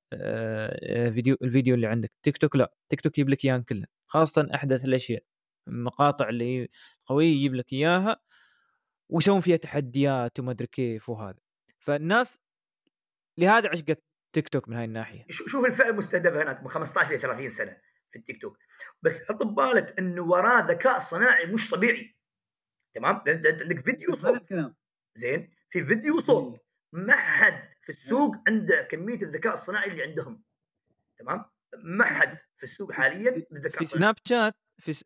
الفيديو اللي عندك. تيك توك لا، تيك توك يجيب لك اياها كله، خاصه احدث الاشياء، المقاطع اللي قويه يجيب لك اياها، ويسوون فيها تحديات وما ادري كيف وهذا. فالناس لهذا عشقت تيك توك من هاي الناحيه. شوف الفئه المستهدفه هناك من 15 ل 30 سنه في التيك توك، بس حط ببالك انه وراه ذكاء صناعي مش طبيعي. تمام، لان عندك فيديو صوت، زين، في فيديو صوت، ما حد في السوق عنده كميه الذكاء الصناعي اللي عندهم. تمام، ما حد في السوق حاليا بالذكاء في الصناعي. سناب شات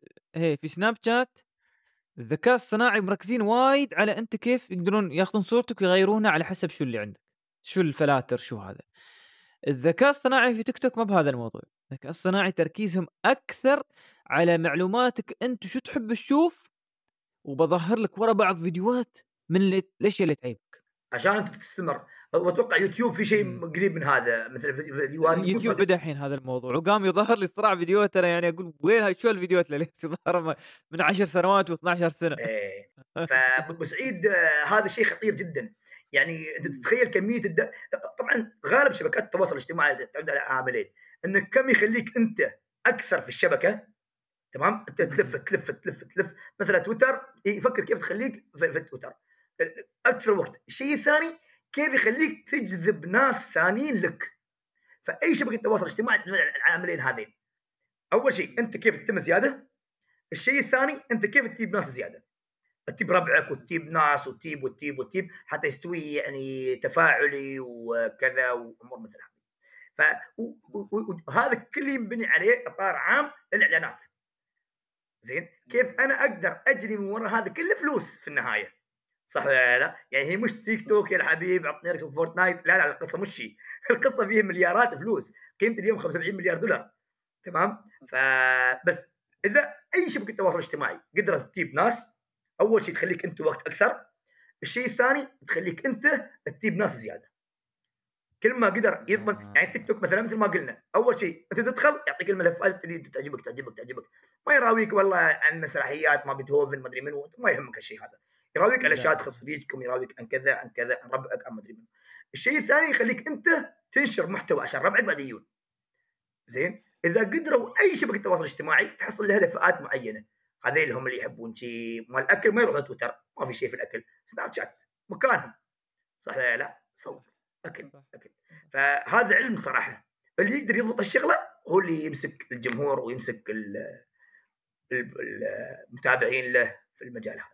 في سناب شات الذكاء الصناعي مركزين وايد على انت كيف يقدرون ياخذون صورتك ويغيرونها على حسب شو اللي عندك، شو الفلاتر، شو هذا. الذكاء الصناعي في تيك توك ما بهذا الموضوع. الذكاء الصناعي تركيزهم اكثر على معلوماتك انت شو تحب تشوف، وبظهر لك ورا بعض فيديوهات من الاشياء اللي تعيبك عشان انت تستمر. واتوقع يوتيوب في شيء قريب من هذا، مثل فيديوهات يوتيوب بدا الحين هذا الموضوع، وقام يظهر لي صراع فيديوهات. انا يعني اقول وين هاي، شو الفيديوهات اللي لسه ظهر من 10 سنوات و12 سنه. ايه. فابو سعيد هذا شيء خطير جدا. يعني انت تتخيل كميه طبعا غالب شبكات التواصل الاجتماعي تعتمد على عاملين، انك كم يخليك انت اكثر في الشبكه. تمام، انت تلف تلف تلف تلف. مثلا تويتر يفكر كيف تخليك في تويتر اكثر وقت. الشيء الثاني كيف يخليك تجذب ناس ثانيين لك. فاي شبكه تواصل اجتماعي تعتمد على العاملين هذين. اول شيء انت كيف تتم زياده. الشيء الثاني انت كيف تجيب ناس زياده، تجيب ربعك وتجيب ناس وتجيب حتى يستوي يعني تفاعلي وكذا وامور مثل هذه. فهذا كله ينبني عليه اطار عام للاعلانات. زين، كيف انا اقدر اجري من وراء هذا كله فلوس في النهايه، صح ولا لا؟ يعني هي مش تيك توك يا الحبيب عطني لك فورتنايت، لا لا، القصه مش شيء. القصه فيها مليارات فلوس، قيمه اليوم 75 مليار دولار. تمام، فبس اذا اي شبكه تواصل اجتماعي قدرت تجيب ناس، اول شيء تخليك انت وقت اكثر. الشيء الثاني تخليك انت تجيب ناس زياده. كل ما قدر يضمن. يعني تيك توك مثلا مثل ما قلنا، اول شيء انت تدخل يعطيك الملفات اللي تعجبك. ما يراويك والله عن مسرحيات ما بيتهوفن ما ادري منو، ما يهمك الشيء هذا. يراويك على اشياء تخص فريقكم، يراويك عن كذا عن كذا عن ربعك عن ما ادري منو. الشيء الثاني يخليك انت تنشر محتوى عشان ربعك بعد يجون. زين، اذا قدروا اي شبكه تواصل اجتماعي تحصل لها فئات معينه. هذيل هم اللي يحبون شيء مال الاكل، ما يروحون تويتر، ما في شيء في الاكل. سناب شات مكانهم، صح ولا لا؟ صور اكل. فهذا علم صراحه. اللي يقدر يضبط الشغله هو اللي يمسك الجمهور ويمسك المتابعين له في المجال هذا.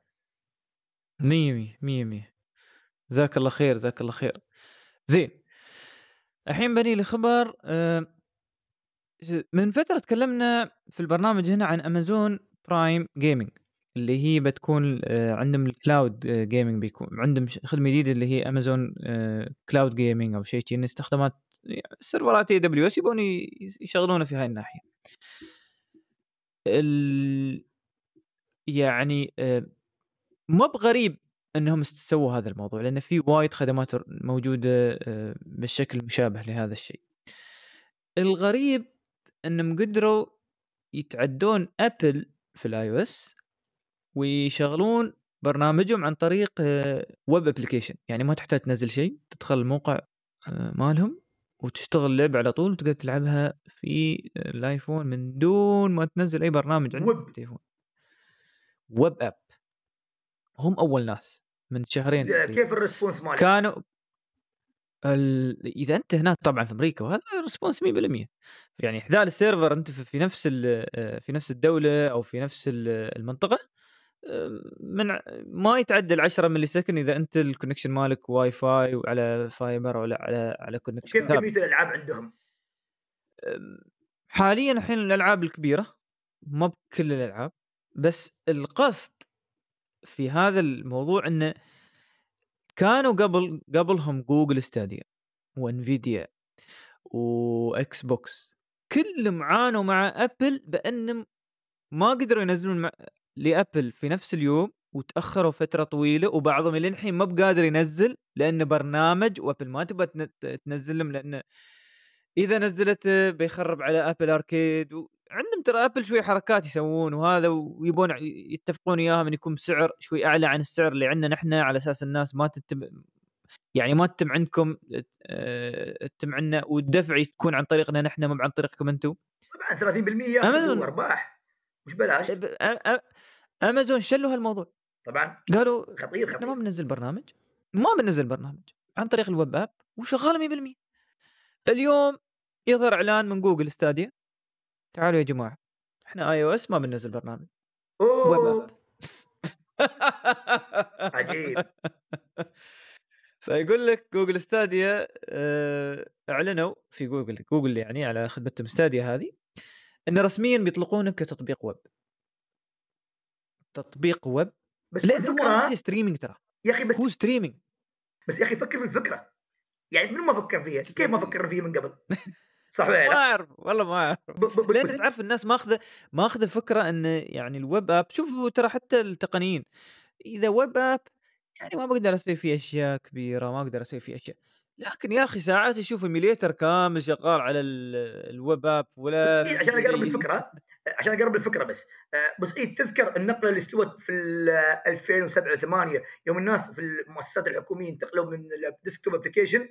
100. جزاك الله خير، جزاك الله خير. زين، الحين بني لي خبر. من فترة تكلمنا في البرنامج هنا عن أمازون برايم جيمنج، اللي هي بتكون عندهم الكلاود جيمنج، بيكون عندهم خدمة جديدة اللي هي أمازون كلاود جيمنج أو شيء كذي، استخدامات سيرفرات AWS يبون يشغلونه في هاي الناحية. يعني مو بغريب انهم سووا هذا الموضوع، لان في وايد خدمات موجوده بالشكل مشابه لهذا الشيء. الغريب انهم قدروا يتعدون ابل في الاي او اس ويشغلون برنامجهم عن طريق ويب ابلكيشن. يعني ما تحتاج تنزل شيء، تدخل الموقع مالهم وتشتغل اللعبه على طول، وتقدر تلعبها في الايفون من دون ما تنزل اي برنامج عندك في التليفون. ويب اب. هم اول ناس من شهرين كيف الريسبونس مالك؟ كانوا اذا انت هناك طبعا في امريكا، وهذا ريسبونس 100%. يعني احداث السيرفر انت في نفس الدوله او في نفس المنطقه، من ما يتعدى 10 ملي سكند اذا انت الكونكشن مالك واي فاي وعلى فايبر ولا على كونكشن كيف كميه الالعاب عندهم حاليا؟ الحين الالعاب الكبيره، ما بكل الالعاب، بس القصد في هذا الموضوع انه كانوا قبلهم جوجل ستاديا وانفيديا واكس بوكس، كلهم عانوا مع أبل بأن ما قدروا ينزلون لأبل في نفس اليوم، وتأخروا فترة طويلة، وبعضهم للحين ما بقادر ينزل لأنه برنامج، وأبل ما تبغى تنزل لهم، لأنه إذا نزلته بيخرب على أبل أركيد. وعندهم ترى أبل شوي حركات يسوون وهذا، ويبون يتفقون إياها من يكون بسعر شوي أعلى عن السعر اللي عندنا نحن، على أساس الناس ما يعني ما تتم عندكم، تتم عندنا، والدفع يكون عن طريقنا نحن مو عن طريقكم أنتم. طبعًا 30% ياخذوا أمازون أرباح مش بلاش. أمازون شلوا هالموضوع، طبعًا قالوا خطير، إحنا ما خطير. بننزل برنامج، ما بننزل برنامج عن طريق الويب آب، وشغالة 100%. اليوم يظهر إعلان من جوجل ستاديا، تعالوا يا جماعة إحنا iOS ما بننزل برنامج، ويب آب. أوه! عجيب. فيقول لك جوجل ستاديا أعلنوا في جوجل يعني على خدمتهم ستاديا هذه، إن رسميًا بيطلقونه كتطبيق ويب. تطبيق ويب، بس لأن هو أصلًا شيء الفكرة ستريمينج ترى، يا أخي هو ستريمينج. بس يا أخي فكر في الفكرة، يعني منو ما فكر فيها؟ كيف ما فكرنا فيها من قبل؟ صح والّا ما لا؟ أعرف والله ما أعرف. بس لأن أنت تعرف الناس ماخذة فكرة إن يعني الويب آب، شوفوا ترى حتى التقنيين، إذا ويب آب يعني ما باقدر أسوي فيه أشياء كبيرة، ما أقدر أسوي فيه أشياء، لكن يا أخي ساعات أشوف إيميليتر كامل شغال على الويب آب بس ولا إيه في عشان أقرب شيء. الفكرة، عشان أقرب الفكرة بس، بس إيه تذكر النقلة اللي استوت في 2007 8 يوم الناس في المؤسسات الحكومية انتقلوا من الديسكتوب ابلكيشن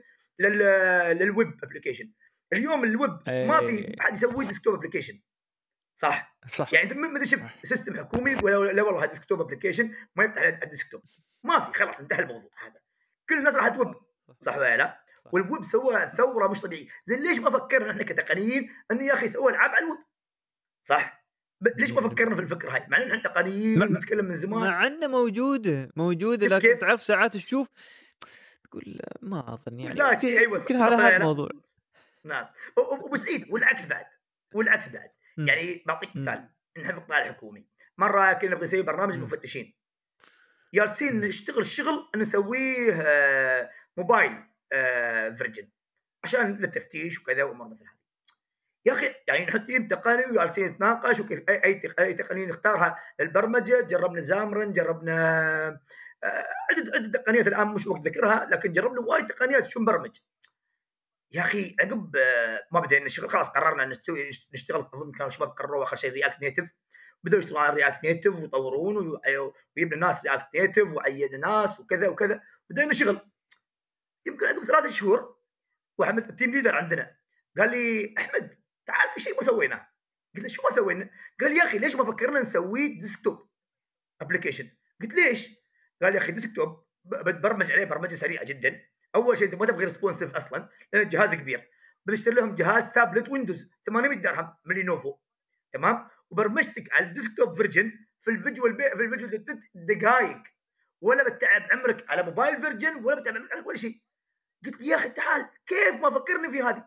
للويب ابلكيشن. اليوم الويب ما في إيه حد يسوي ديسكتوب ابلكيشن، صح؟ صح، يعني أنت ما شفت صح. سيستم حكومي يقول لا والله ديسكتوب ابلكيشن ما يفتح على الديسكتوب، ما في، خلاص انتهى الموضوع هذا. كل الناس راحت ويب، صح، صح، صح والّا لا؟ صح. والويب سوى ثورة مش طبيعية، زين ليش ما فكرنا احنا كتقنيين انه يا اخي سووا العاب على الويب؟ صح؟ ليش ما فكرنا في الفكرة هاي؟ مع ان احنا تقنيين مع مع ونتكلم من زمان. مع إنه موجودة، شفت لكن كيف؟ تعرف ساعات تشوف تقول ما أظن، تقول يعني لا شيء ايوه يمكن صح على هذا ولا لا؟ الموضوع. نعم. وسعيد والعكس بعد، والعكس بعد. إمم، يعني بعطيك إمم، مثال، نحن في القطاع الحكومي مره كنا نبغى نسوي برنامج إمم، المفتشين، جالسين إمم. نشتغل شغل نسويه موبايل فيرجن عشان للتفتيش وكذا وامور مثل هذه. يا اخي يعني نحط تيم تقني وجالسين نتناقش وكيف اي تقنيه نختارها للبرمجه. جربنا زامرن، جربنا عده تقنيات الان مش وقت ذكرها، لكن جربنا وايد تقنيات شو نبرمج. يا اخي عقب ما بدينا الشغل خلاص قررنا نشتغل. اظن كانوا الشباب قرروا اخر شيء رياكت نيتف، بدأوا يشتغلوا على رياكت نيتف ويطورون ويجيبنا ناس رياكت نيتف وعيدنا ناس وكذا وكذا. بدينا شغل يمكن عقب 3 شهور واحد التيم ليدر عندنا قال لي احمد تعال في شيء ما سويناه. قلت له شو ما سوينا؟ قال لي يا اخي ليش ما فكرنا نسوي ديسكتوب ابلكيشن؟ قلت ليش؟ قال يا اخي ديسكتوب بتبرمج عليه برمجه سريعه جدا. اول شيء انت ما تبغى ريسبونسيف اصلا لان الجهاز كبير، بتشتري لهم جهاز تابلت ويندوز 800 درهم من لينوفو، تمام؟ وبرمجتك على الديسكتوب فيرجن في الفيجوال دقائق، ولا بتتعب عمرك على موبايل فيرجن ولا بتتعب عمرك على ولا شيء. قلت لي يا اخي تعال كيف ما فكرني في هذه؟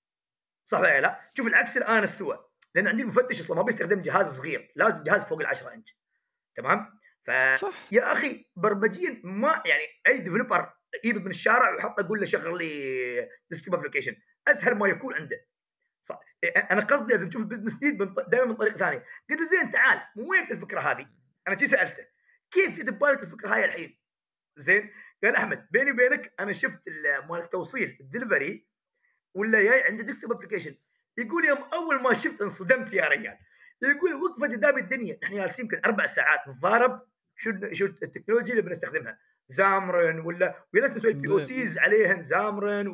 صح ولا لا؟ شوف العكس الان استوى، لان عندي المفتش اصلا ما بيستخدم جهاز صغير، لازم جهاز فوق ال10 انش، تمام؟ صح. فيا اخي برمجيا ما يعني اي ديفلوبر يجيب من الشارع ويحط اقول له شغل لي ديسكتوب ابلكيشن اسهل ما يكون عنده. صح. انا قصدي لازم تشوف البزنس نيد دائما من طريقه ثانيه. قلت له زين تعال وين الفكره هذه؟ انا جي سالته كيف جت ببالك الفكره هاي الحين؟ زين قال احمد بيني وبينك انا شفت مال التوصيل الدليفري ولا جاي عنده ديسكتوب ابلكيشن. يقول يوم اول ما شفت انصدمت يا رجال. يقول وقفت قدامي الدنيا، احنا جالسين يمكن 4 ساعات نتضارب شو التكنولوجيا اللي بنستخدمها، زامرن ولا جلسنا نسوي بي او زين. سيز عليهن، زامرن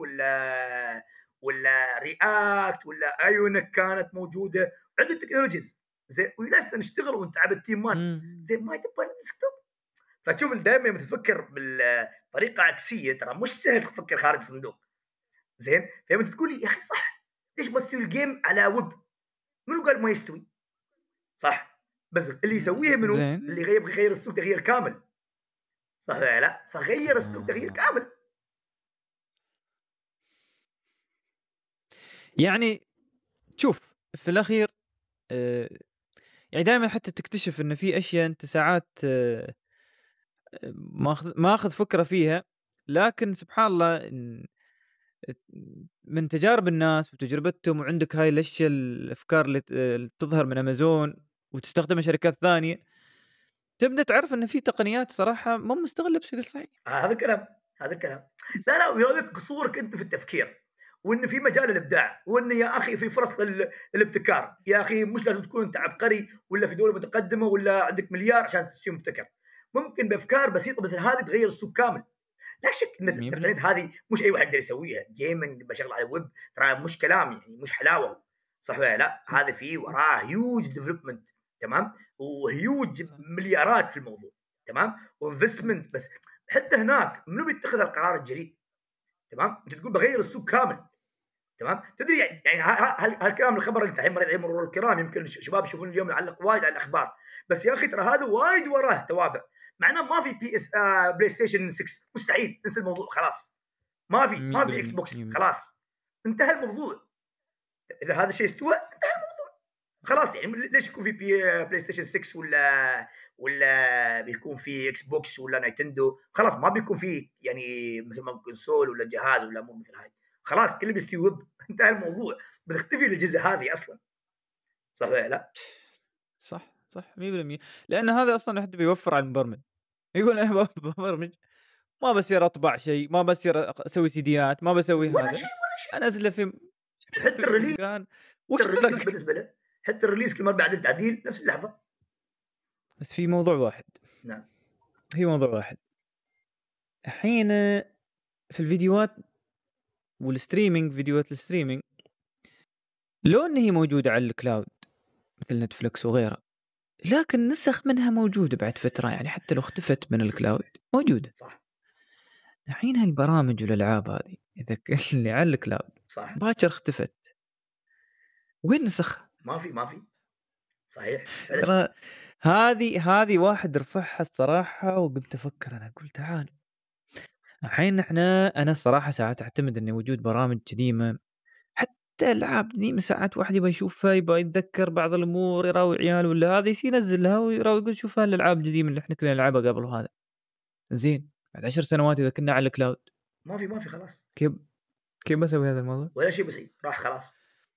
ولا رياكت ولا ايونك كانت موجوده، عده تكنولوجيز زين، وجلسنا نشتغل ونتعب التيمات. إمم. زين ما يدبر الديسكتوب. فتشوف دائما لما تفكر بطريقه عكسيه ترى مش سهل تفكر خارج الصندوق. زين فلما تقول لي يا اخي صح ليش ما تسوي الجيم على ويب؟ منو قال ما يستوي؟ صح. بس اللي يسويها منو؟ زين. اللي يبغى يغير السوق تغيير كامل، صح ولا لا؟ فغير السوق تغيير آه. كامل. يعني شوف في الأخير، آآ يعني دايمًا حتى تكتشف إن في أشياء أنت ساعات ماخذ فكرة فيها، لكن سبحان الله من تجارب الناس وتجربتهم، وعندك هاي الاشياء الافكار اللي تظهر من امازون وتستخدمها شركات ثانيه، تبدا تعرف ان في تقنيات صراحه مو مستغله بشكل صحيح. هذا الكلام، هذا الكلام. لا، لا، ويقول لك قصورك أنت في التفكير، وإن في مجال الإبداع، وإن يا أخي في فرص للابتكار، يا أخي مش لازم تكون أنت عبقري ولا في دولة متقدمة ولا عندك مليار عشان تصير مبتكر. ممكن بأفكار بسيطة مثل هذه تغير السوق كامل. لا شك إن التقنيات 100%. هذه مش أي واحد يقدر يسويها، جيمنج بشغل على الويب ترى مش كلام يعني، مش حلاوة، صح ولا لا؟ صح هذا في وراه هيوج ديفلوبمنت، تمام، وهيوج صح مليارات في الموضوع، تمام، صح. وانفستمنت. بس حتى هناك منو بيتخذ القرار الجريء؟ تمام، انت تقول بغير السوق كامل، تمام، تدري يعني هالكلام الخبر اللي الحين مريت عليه مرور الكرام، يمكن الشباب يشوفون اليوم يعلق وايد على الاخبار، بس يا اخي ترى هذا وايد وراه توابع. معناه ما في بي اس بلاي ستيشن 6، مستحيل، انسى الموضوع خلاص. ما في اكس 100%. بوكس 100%. خلاص، انتهى الموضوع. اذا هذا الشيء استوى خلاص، يعني ليش يكون في بلاي ستيشن 6 ولا بيكون في اكس بوكس ولا نايتندو؟ خلاص ما بيكون في يعني مثل ما كونسول ولا جهاز ولا امور مثل هاي، خلاص كله بيستوي ويب، انتهى الموضوع، بتختفي الجزء هذه اصلا، صح ولا لا؟ صح صح 100%. لان هذا اصلا حتى بيوفر على المبرمج، يقول انا ببرمج، ما بصير اطبع شيء، ما بصير اسوي سيديات، ما بسوي ولا هذا، شيء ولا شيء. انزله في وحتى في الريليس، مكان حتى الريليس واشتغل. بالنسبه له، حتى الريليس كل ما بعد التعديل نفس اللحظه. بس في موضوع واحد، نعم. في موضوع واحد الحين في الفيديوهات والستريمينج، فيديوهات الستريمينج لو ان هي موجوده على الكلاود مثل نتفلكس وغيرها، لكن نسخ منها موجوده بعد فتره، يعني حتى لو اختفت من الكلاود موجوده. صح. الحين هالبرامج والالعاب هذه اذا اللي على الكلاود صح. باكر اختفت، وين نسخها؟ ما في صحيح فعلا. ترى هذه واحد رفعها الصراحه، وقمت افكر، انا اقول تعال الحين انا الصراحه ساعات اعتمد ان وجود برامج قديمه، حتى العاب قديمه ساعات واحد يبغى يشوفها، يبغى يتذكر بعض الامور، يراوي عياله ولا هذا، ينزلها ويراوي، يقول شوف هالالعاب القديمه اللي احنا كنا نلعبها قبل، وهذا زين بعد 10 سنوات اذا كنا على الكلاود ما في خلاص، كيف كيف بسوي هذا الموضوع؟ ولا شيء بسيط راح خلاص.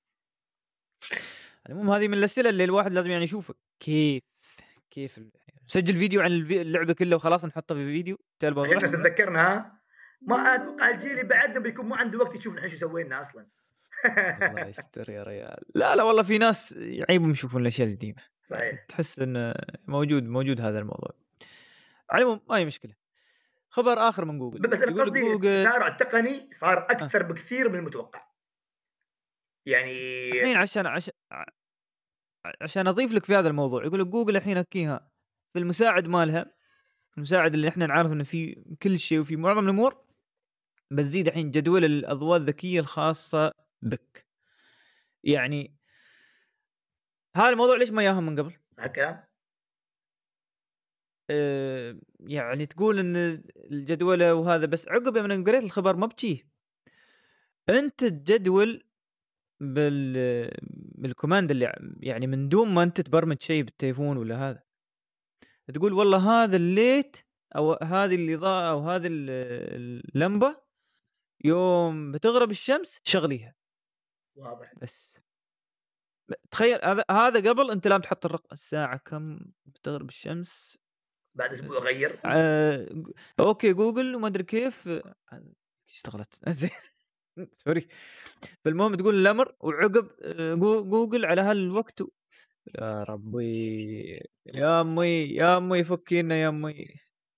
المهم هذه من الاسئله اللي الواحد لازم يعني يشوفه، كيف يعني سجل فيديو عن اللعبه كلها وخلاص نحطه في فيديو، انتهى الموضوع. عشان بس تذكرنا ها، ما اتوقع الجيل اللي بعدنا بيكون ما عنده وقت يشوف نحن شو سوينا اصلا. الله يستر يا ريال. لا والله في ناس يعيبهم يشوفون الاشياء القديمه، صحيح. تحس انه موجود هذا الموضوع. على العموم ما هي مشكله. خبر اخر من جوجل بس انا يقول لك قصدي جوجل التسارع التقني صار آه. اكثر بكثير من المتوقع يعني. الحين عشان اضيف لك في هذا الموضوع، يقول لك جوجل الحين اكيها في المساعد مالها، المساعد اللي احنا نعرف انه في كل شيء وفي معظم الامور، بتزيد الحين جدول الاضواء الذكيه الخاصه بك. يعني هذا الموضوع ليش ما ياهم من قبل؟ هالكلام. يعني تقول ان الجدولة وهذا، بس عقب من قريت الخبر ما بشي، انت تجدول بالكوماند اللي يعني من دون ما انت تبرمج شيء بالتليفون ولا هذا، تقول والله هذا الليت او هذه الاضاءة او هذه اللمبة يوم بتغرب الشمس شغليها واضح. بس. تخيل هذا قبل انت لازم تحط الرقم الساعة كم بتغرب الشمس. بعد اسبوع غير. اوكي جوجل وما ادري كيف اشتغلت زين سوري. فالمهم تقول الامر وعقب جوجل على هالوقت يا ربي، يا امي يا امي فكينا يا امي،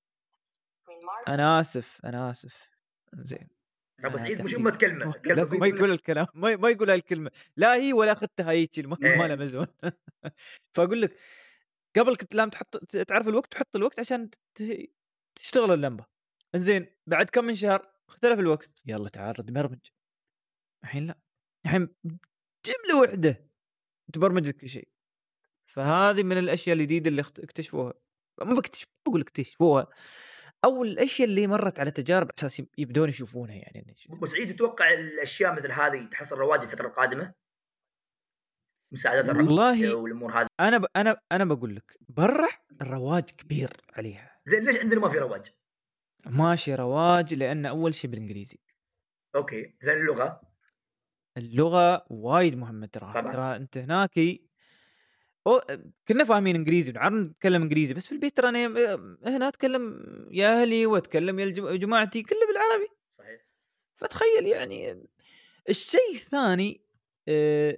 انا اسف زين. ابو انا سعيد مش تحديد امه كلمه قلبك لازم ما بيقول لك. يقول الكلام، ما يقول هالكلمه، لا هي ولا اخذتها هيك مال ايه. امازون. فاقول لك قبل كنت لازم تعرف الوقت، تحط الوقت عشان تشتغل اللمبه. زين بعد كم من شهر اختلف الوقت، يلا تعال برمج. الحين لا، الحين جمله واحده تبرمج لك كل شيء. فهذه من الاشياء الجديده اللي اكتشفوها، ما بقول اكتشفوها، او الاشياء اللي مرت على تجارب اساس يبدون يشوفونها يعني. ابو سعيد تتوقع الاشياء مثل هذه تحصل رواج الفتره القادمه؟ مساعدات الرقميه والله والامور هذه. انا بقول لك برا الرواج كبير عليها، زين ليش عندنا ما في رواج؟ ماشي رواج لان اول شيء بالانجليزي. أوكي، إذن اللغة وايد مهمة طبعًا. ترى أنت هناك كلنا فاهمين إنجليزي ونعرف نتكلم إنجليزي، بس في البيت ترى أنا هنا أتكلم يا أهلي وأتكلم يا جماعتي كله بالعربي. صحيح. فتخيل يعني الشيء الثاني آآ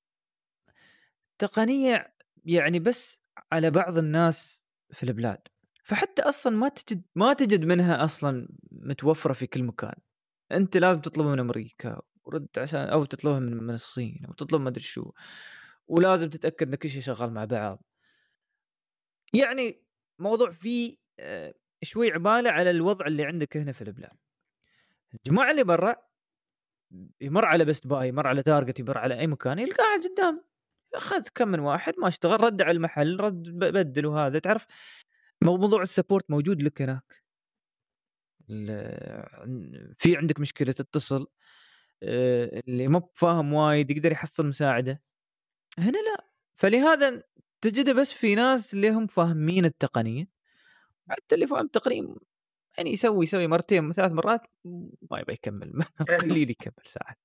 تقنية يعني بس على بعض الناس في البلاد، فحتى أصلًا ما تجد منها أصلًا متوفرة في كل مكان. أنت لازم تطلبها من أمريكا ورد عشان أو تطلبها من الصين أو تطلب ما أدري شو، ولازم تتأكد إن كل شيء شغال مع بعض. يعني موضوع فيه شوي عبالة على الوضع اللي عندك هنا في البلاد. الجماعة اللي برا يمر على بيست باي، يمر على تارجت، يمر على أي مكان يلقاها قدام، أخذ كم من واحد ما اشتغل رد على المحل، رد بدل وهذا تعرف موضوع السبورت موجود لك هناك. في عندك مشكلة تتصل، اللي مو بفاهم وايد يقدر يحصل مساعدة. هنا لا، فلهذا تجده بس في ناس اللي هم فاهمين التقنية، حتى اللي فاهم التقنية يعني يسوي مرتين 3 مرات ما يبغى يكمل صح. قليل يكمل ساعة.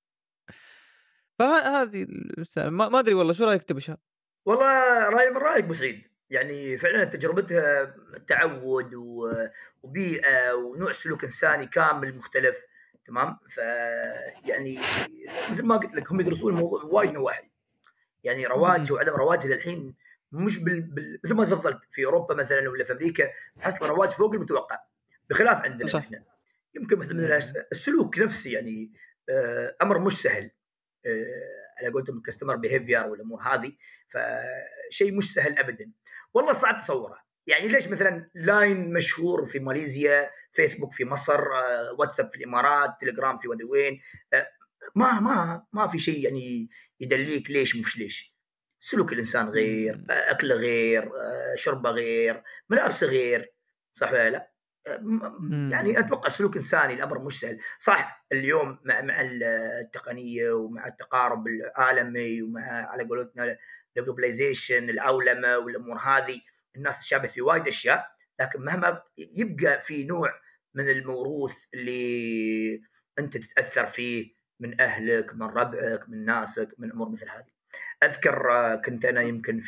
فهذه ما أدري والله شو رأيك أنت بشار؟ والله رأيي من رأيك أبو سعيد، يعني فعلًا تجربتها تعوّد وبيئة ونوع سلوك إنساني كامل مختلف، تمام؟ يعني مثل ما قُلت لك هم يدرسون الموضوع بوايد نواحي، يعني رواجه وعدم رواجه للحين مش مثل ما تفضلت في أوروبا مثلًا والّا في أمريكا تحصل رواج فوق المتوقع، بخلاف عندنا صح. نحن. يمكن مثل السلوك نفسه يعني أمر مش سهل. على قولتهم الcustomer behavior والأمور هذه، فشيء مش سهل أبدًا، والله صعب تصوره. يعني ليش مثلًا لاين مشهور في ماليزيا، فيسبوك في مصر، واتساب في الإمارات، تليجرام في مدري وين، آآ ما في شيء يعني يدليك ليش مش ليش. سلوك الإنسان غير، إمم، أكله غير، شربه غير، ملابسه غير، صح والّا لأ؟ يعني إمم، أتوقع سلوك إنساني الأمر مش سهل. صح اليوم مع التقنية ومع التقارب العالمي ومع على قولتنا الglobalization العولمة والأمور هذه، الناس تشابه في وايد أشياء، لكن مهما يبقى في نوع من الموروث اللي أنت تتأثر فيه من أهلك، من ربعك، من ناسك، من أمور مثل هذه. أذكر كنت أنا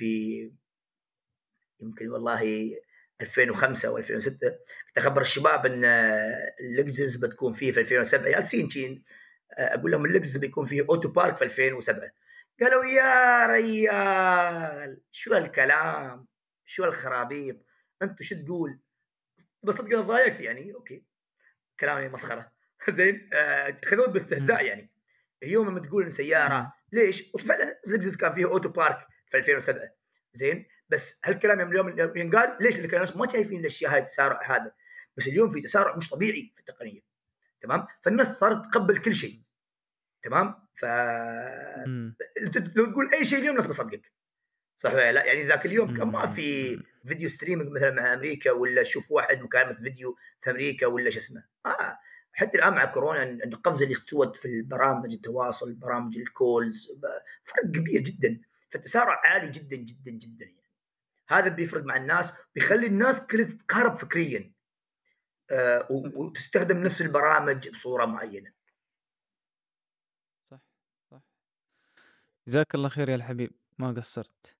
يمكن والله 2005 أو 2006 كنت أخبر الشباب أن اللكزس بتكون فيه في 2007 جالسين شين، أقول لهم اللكزس بيكون فيه أوتو بارك في 2007. قالوا يا ريال شو هالكلام، شو هالخرابيط، أنت شو تقول؟ بس صدق أنا ضايقت يعني أوكي كلامي مسخرة زين خذوه إمم، باستهزاء يعني. اليوم لما تقول ان سياره إمم، ليش؟ وفعلا لكزس كان فيه اوتو بارك في 2007 زين، بس هالكلام اليوم ينقال ليش؟ اللي كانوا ما شايفين الاشياء هاي التسارع هذا، بس اليوم في تسارع مش طبيعي في التقنيه، تمام؟ فالناس صارت تقبل كل شيء، تمام؟ إمم، لو تقول اي شيء اليوم الناس بتصدقك، صح ولا لا؟ يعني ذاك اليوم كان ما إمم، في فيديو ستريمينج مثلا مع امريكا ولا تشوف واحد مكالمه فيديو في امريكا ولا شو اسمه حتى الان مع كورونا القفزه اللي استوت في البرامج التواصل، برامج الكولز، فرق كبير جدا، فالتسارع عالي جدا جدا جدا يعني. هذا بيفرق مع الناس، بيخلي الناس كلها تتقارب فكريا، صح، وتستخدم نفس البرامج بصوره معينه. صح، صح. جزاك الله خير يا الحبيب، ما قصرت.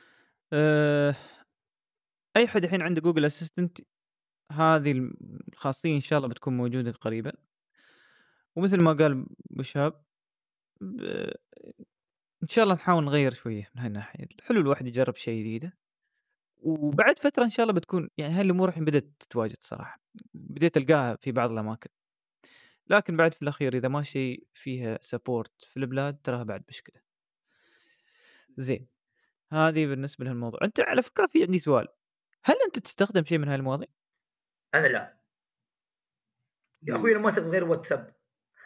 أي حد الحين عنده Google Assistant هذه الخاصية إن شاء الله بتكون موجودة قريبًا، ومثل ما قال أبو شهاب ب إن شاء الله نحاول نغيّر شوية من هالناحية، حلو الواحد يجرب شيء جديدة، وبعد فترة إن شاء الله بتكون يعني هاي الأمور الحين بدأت تتواجد صراحة، بديت ألقاها في بعض الأماكن، لكن بعد في الأخير إذا ما شيء فيها support في البلاد تراها بعد مشكلة. زين، هذه بالنسبة لهالموضوع. أنت على فكرة في عندي سؤال، هل أنت تستخدم شيء من هاي المواضيع؟ انا لا يا اخوي، انا ما استخدم غير واتساب.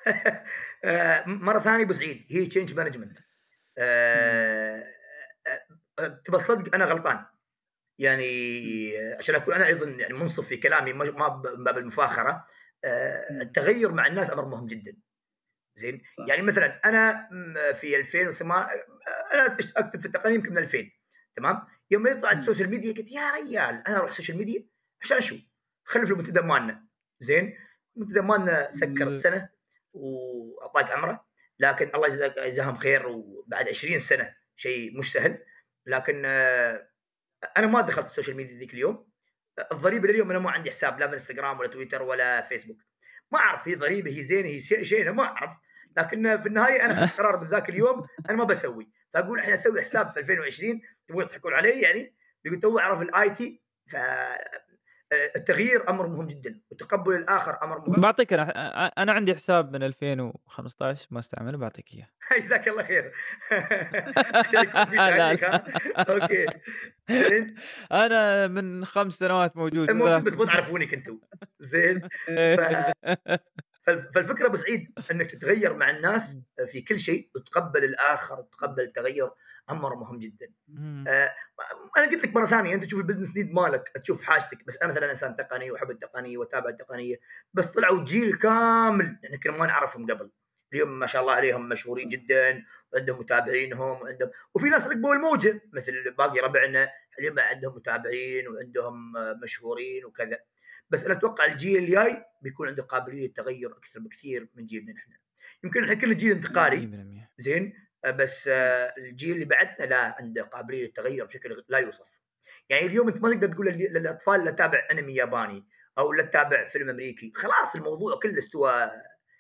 مره ثانيه ابو سعيد هي تشينج مانجمنت. إمم، تبى تصدق انا غلطان يعني، إمم، عشان اكون انا ايضا يعني منصف في كلامي، ما من باب المفاخره. إمم، التغير مع الناس امر مهم جدا. زين، صح، يعني مثلا انا في 2008 انا اكتب في التقنيه يمكن من 2000، تمام؟ يوم ما يطلع إمم، السوشيال ميديا قلت يا ريال انا اروح السوشيال ميديا عشان شو؟ خلف المنتدى مالنا. زين، المنتدى مالنا سكر ل السنه، وأطاق عمره، لكن الله يجزاهم خير، وبعد 20 سنة شيء مش سهل. لكن أنا ما دخلت السوشيال ميديا ذيك اليوم. الضريبة لليوم أنا ما عندي حساب لا في انستغرام ولا تويتر ولا فيسبوك. ما أعرف هي ضريبة، هي زينة، هي شينة، ما أعرف. لكن في النهاية أنا خدت قرار من ذاك اليوم أنا ما بسوي. فأقول الحين أسوي حساب في 2020 تبغون تضحكون علي يعني؟ يقول تو أعرف الآي تي. التغيير أمر مهم جدا، وتقبل الآخر أمر مهم. بعطيك أنا عندي حساب من 2015 ما استعمله، بعطيك إياه. جزاك الله خير. عشان يكون في تاريخ. ها أوكي زين. أنا من 5 سنوات موجود ممكن بس ما تعرفوني كنتوا. زين. ف... فالفكره ابو سعيد انك تتغير مع الناس في كل شيء، وتقبل الاخر وتقبل التغير، امر مهم جدا. آه، انا قلت لك مره ثانيه، انت تشوف البزنس نيد مالك، تشوف حاجتك. بس انا مثلا انسان تقني واحب التقنيه واتابع التقنيه، بس طلعوا جيل كامل احنا كنا ما نعرفهم قبل. اليوم ما شاء الله عليهم مشهورين جدا، وعندهم متابعينهم، وعندهم، وفي ناس ركبوا الموجه مثل باقي ربعنا اليوم عندهم متابعين وعندهم مشهورين وكذا. بس انا اتوقع الجيل الجاي بيكون عنده قابليه للتغير اكثر بكثير من جيلنا احنا. يمكن احنا كل جيل انتقالي 100%. زين، بس الجيل اللي بعدنا لا عنده قابليه للتغير بشكل لا يوصف. يعني اليوم انت ما تقدر تقول للاطفال لا تتابع انمي ياباني او لا تتابع فيلم امريكي، خلاص الموضوع كله استوى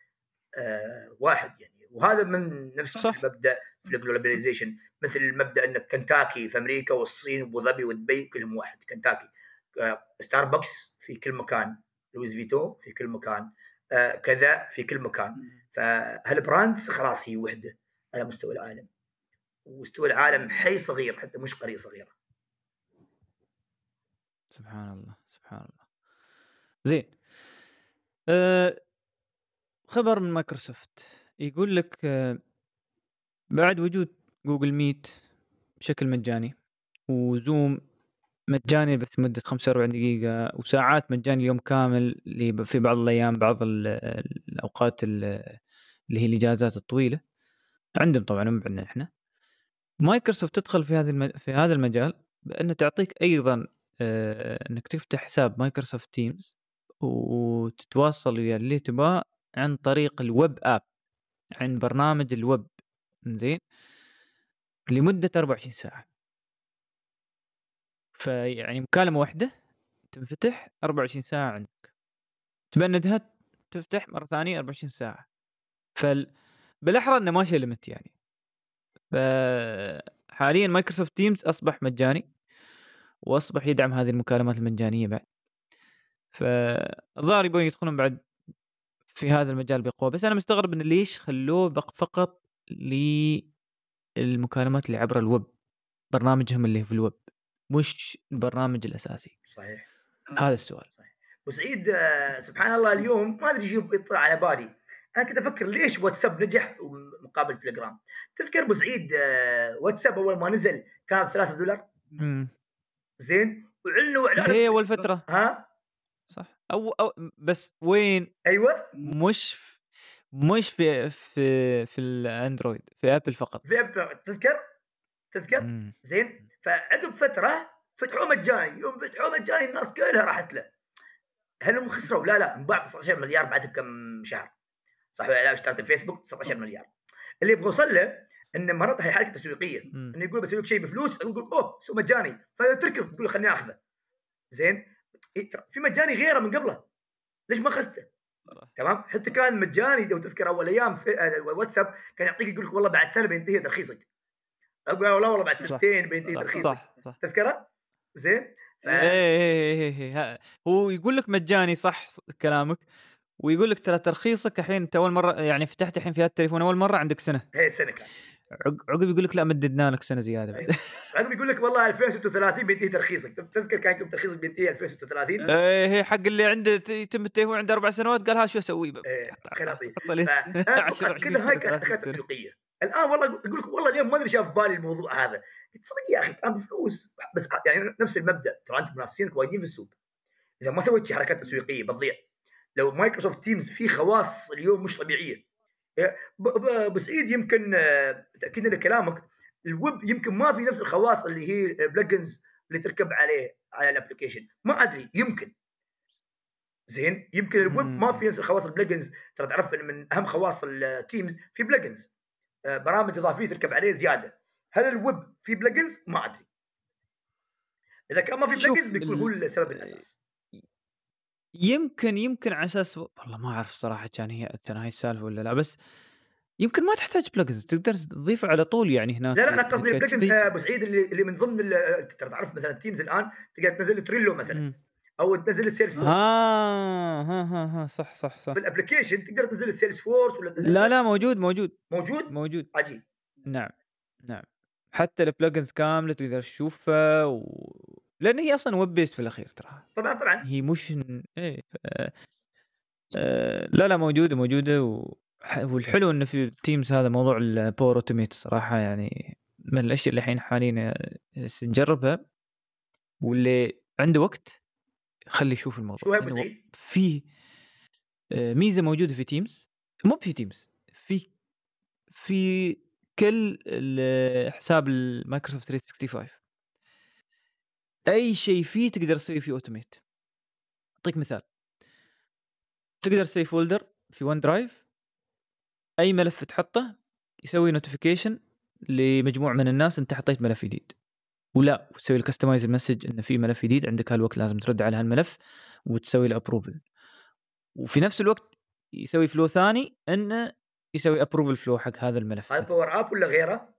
واحد يعني. وهذا من نفس صح. المبدا في الجلوباليزيشن، مثل المبدا ان كنتاكي في امريكا والصين وابو ظبي ودبي كلهم واحد. كنتاكي، ستاربكس في كل مكان، لويس فيتو في كل مكان، كذا في كل مكان. فهالبراندز خلاص هي وحده على مستوى العالم، ومستوى العالم حي صغير حتى مش قريه صغيره. سبحان الله سبحان الله. زين. خبر من مايكروسوفت يقول لك بعد وجود جوجل ميت بشكل مجاني، وزوم مجاني بس مدة 45 دقيقة، وساعات مجاني اليوم كامل في بعض الأيام، بعض الأوقات اللي هي الإجازات الطويلة عندهم طبعا مو عندنا إحنا. مايكروسوفت تدخل في هذا المجال بأن تعطيك أيضا أنك تفتح حساب مايكروسوفت تيمز وتتواصل ويا اللي تبغاه عن طريق الويب آب، عن برنامج الويب. زين، لمدة 24 ساعة. فيعني مكالمة واحدة تنفتح 24 ساعة عندك، تبندها تفتح مرة ثانية 24 ساعة. بالأحرى أنه ماشي ليمت يعني. فحاليا مايكروسوفت تيمز أصبح مجاني، وأصبح يدعم هذه المكالمات المجانية بعد. فالظاهر يبون يدخلون بعد في هذا المجال بقوة. بس أنا مستغرب إن ليش خلوه فقط للمكالمات اللي عبر الويب، برنامجهم اللي في الويب، مش البرنامج الأساسي. صحيح. هذا السؤال. صحيح. وسعيد سبحان الله اليوم ما ادري شو يطلع على بالي. انا كنت افكر ليش واتساب نجح مقابل تليجرام. تذكر ابو سعيد واتساب اول ما نزل كان $3. زين، واعلنوا اعلان هي أول فترة. ها صح. أو بس وين؟ ايوه، مش في الاندرويد، في ابل فقط. تذكر. زين، فعقب فتره فتحوه مجاني. يوم فتحوه مجاني الناس كلها راحت له. هل هم خسروا؟ لا، انباع 19 مليار بعد بكم شهر. صح ولا لا؟ اشتريت الفيسبوك 19 مليار. اللي يبغى يوصل له ان مرات هي حركه تسويقيه، انه يقول بسوي لك شيء بفلوس، يقول اوه سوق مجاني، فتركض تقول خليني اخذه. زين، في مجاني غيره من قبله، ليش ما اخذته؟ تمام. حتى كان مجاني لو تذكر اول ايام في واتساب كان يعطيك يقول لك والله بعد سنه بينتهي ترخيصك، اقول لا والله بعد سنتين بينتهي ترخيصك. صح. تذكره. زين. ايه هو يقول لك مجاني، صح كلامك، ويقول لك ترى ترخيصك الحين انت اول مره يعني فتحت الحين في التليفون اول مره عندك سنه. هي سنه كان. عقب يقول لك لا مددنا لك سنه زياده بعد. عقب يقول لك والله 2036 بينتهي ترخيصك. تذكر كان يكتب ترخيصك بينتهي 2036. ايه حق اللي عنده يتم التليفون عنده 4 سنوات، قال ها شو اسوي خلاطي. 10 كذا هاي كانت تسويقيه. الان والله يقول لك والله اليوم ما ادري شاف بالي الموضوع هذا. صدق يا اخي كان بفلوس، بس يعني نفس المبدا، ترى انت منافسينك وايدين في السوق، اذا ما سويت حركات تسويقيه بتضيع. لو مايكروسوفت تيمز فيه خواص اليوم مش طبيعيه. بسعيد يمكن تاكيدا لكلامك، الويب يمكن ما في نفس الخواص اللي هي بلجنز اللي تركب عليه على الابلكيشن، ما ادري يمكن. زين، يمكن الويب ما إمم. في نفس الخواص البلجنز. ترى تعرف إن من أهم خواص التيمز في بلجنز، برامج إضافية تركب عليه زيادة. هل الويب في بلجنز؟ ما أدري. إذا كان ما في بلجنز شوف بيكون هو السبب الأساس. يمكن على أساس والله ما أعرف صراحة كان هي أثر هاي السالفة والّا لا، بس يمكن ما تحتاج plugins تقدر تضيفه على طول يعني هناك لا، لا، أنا قصدي وإنك البلجنز تضيف. أبو سعيد اللي من ضمن ترى تعرف مثلًا التيمز الآن تقدر تنزّل تريلو مثلًا، إمم. أو تنزّل السيلز فورس. ها، صح، صح، في صح. الأبلكيشن تقدر تنزّل السيلز فورس والّا تنزّل لا، موجود، موجود، موجود؟ موجود. عجيب. نعم، نعم. حتى الplugins كاملة تقدر تشوفها لأن هي أصلًا web based في الأخير تراها. طبعًا، طبعًا. هي مش إيه لا، موجودة، موجودة والحلو إنه في الteams هذا موضوع الpower automate الصراحة يعني من الأشياء اللي الحين حاليًا نجربها، واللي عنده وقت خلّيه يشوف الموضوع، شو هي أبو لأنه سعيد؟ في ميزة موجودة في teams مو في teams في كل حساب الMicrosoft 365 أي شيء فيه تقدر تسوي فيه automate. أعطيك مثال، تقدر تسوي folder في OneDrive، أي ملف تحطه يسوي notification لمجموعة من الناس أنت حطيت ملف جديد، ولا وتسوي customize المسج إن في ملف جديد عندك هالوقت لازم ترد على هالملف وتسوي له approval، وفي نفس الوقت يسوي flow ثاني إنه يسوي approval flow حق هذا الملف هاي مثلا. باور أب والّا غيره؟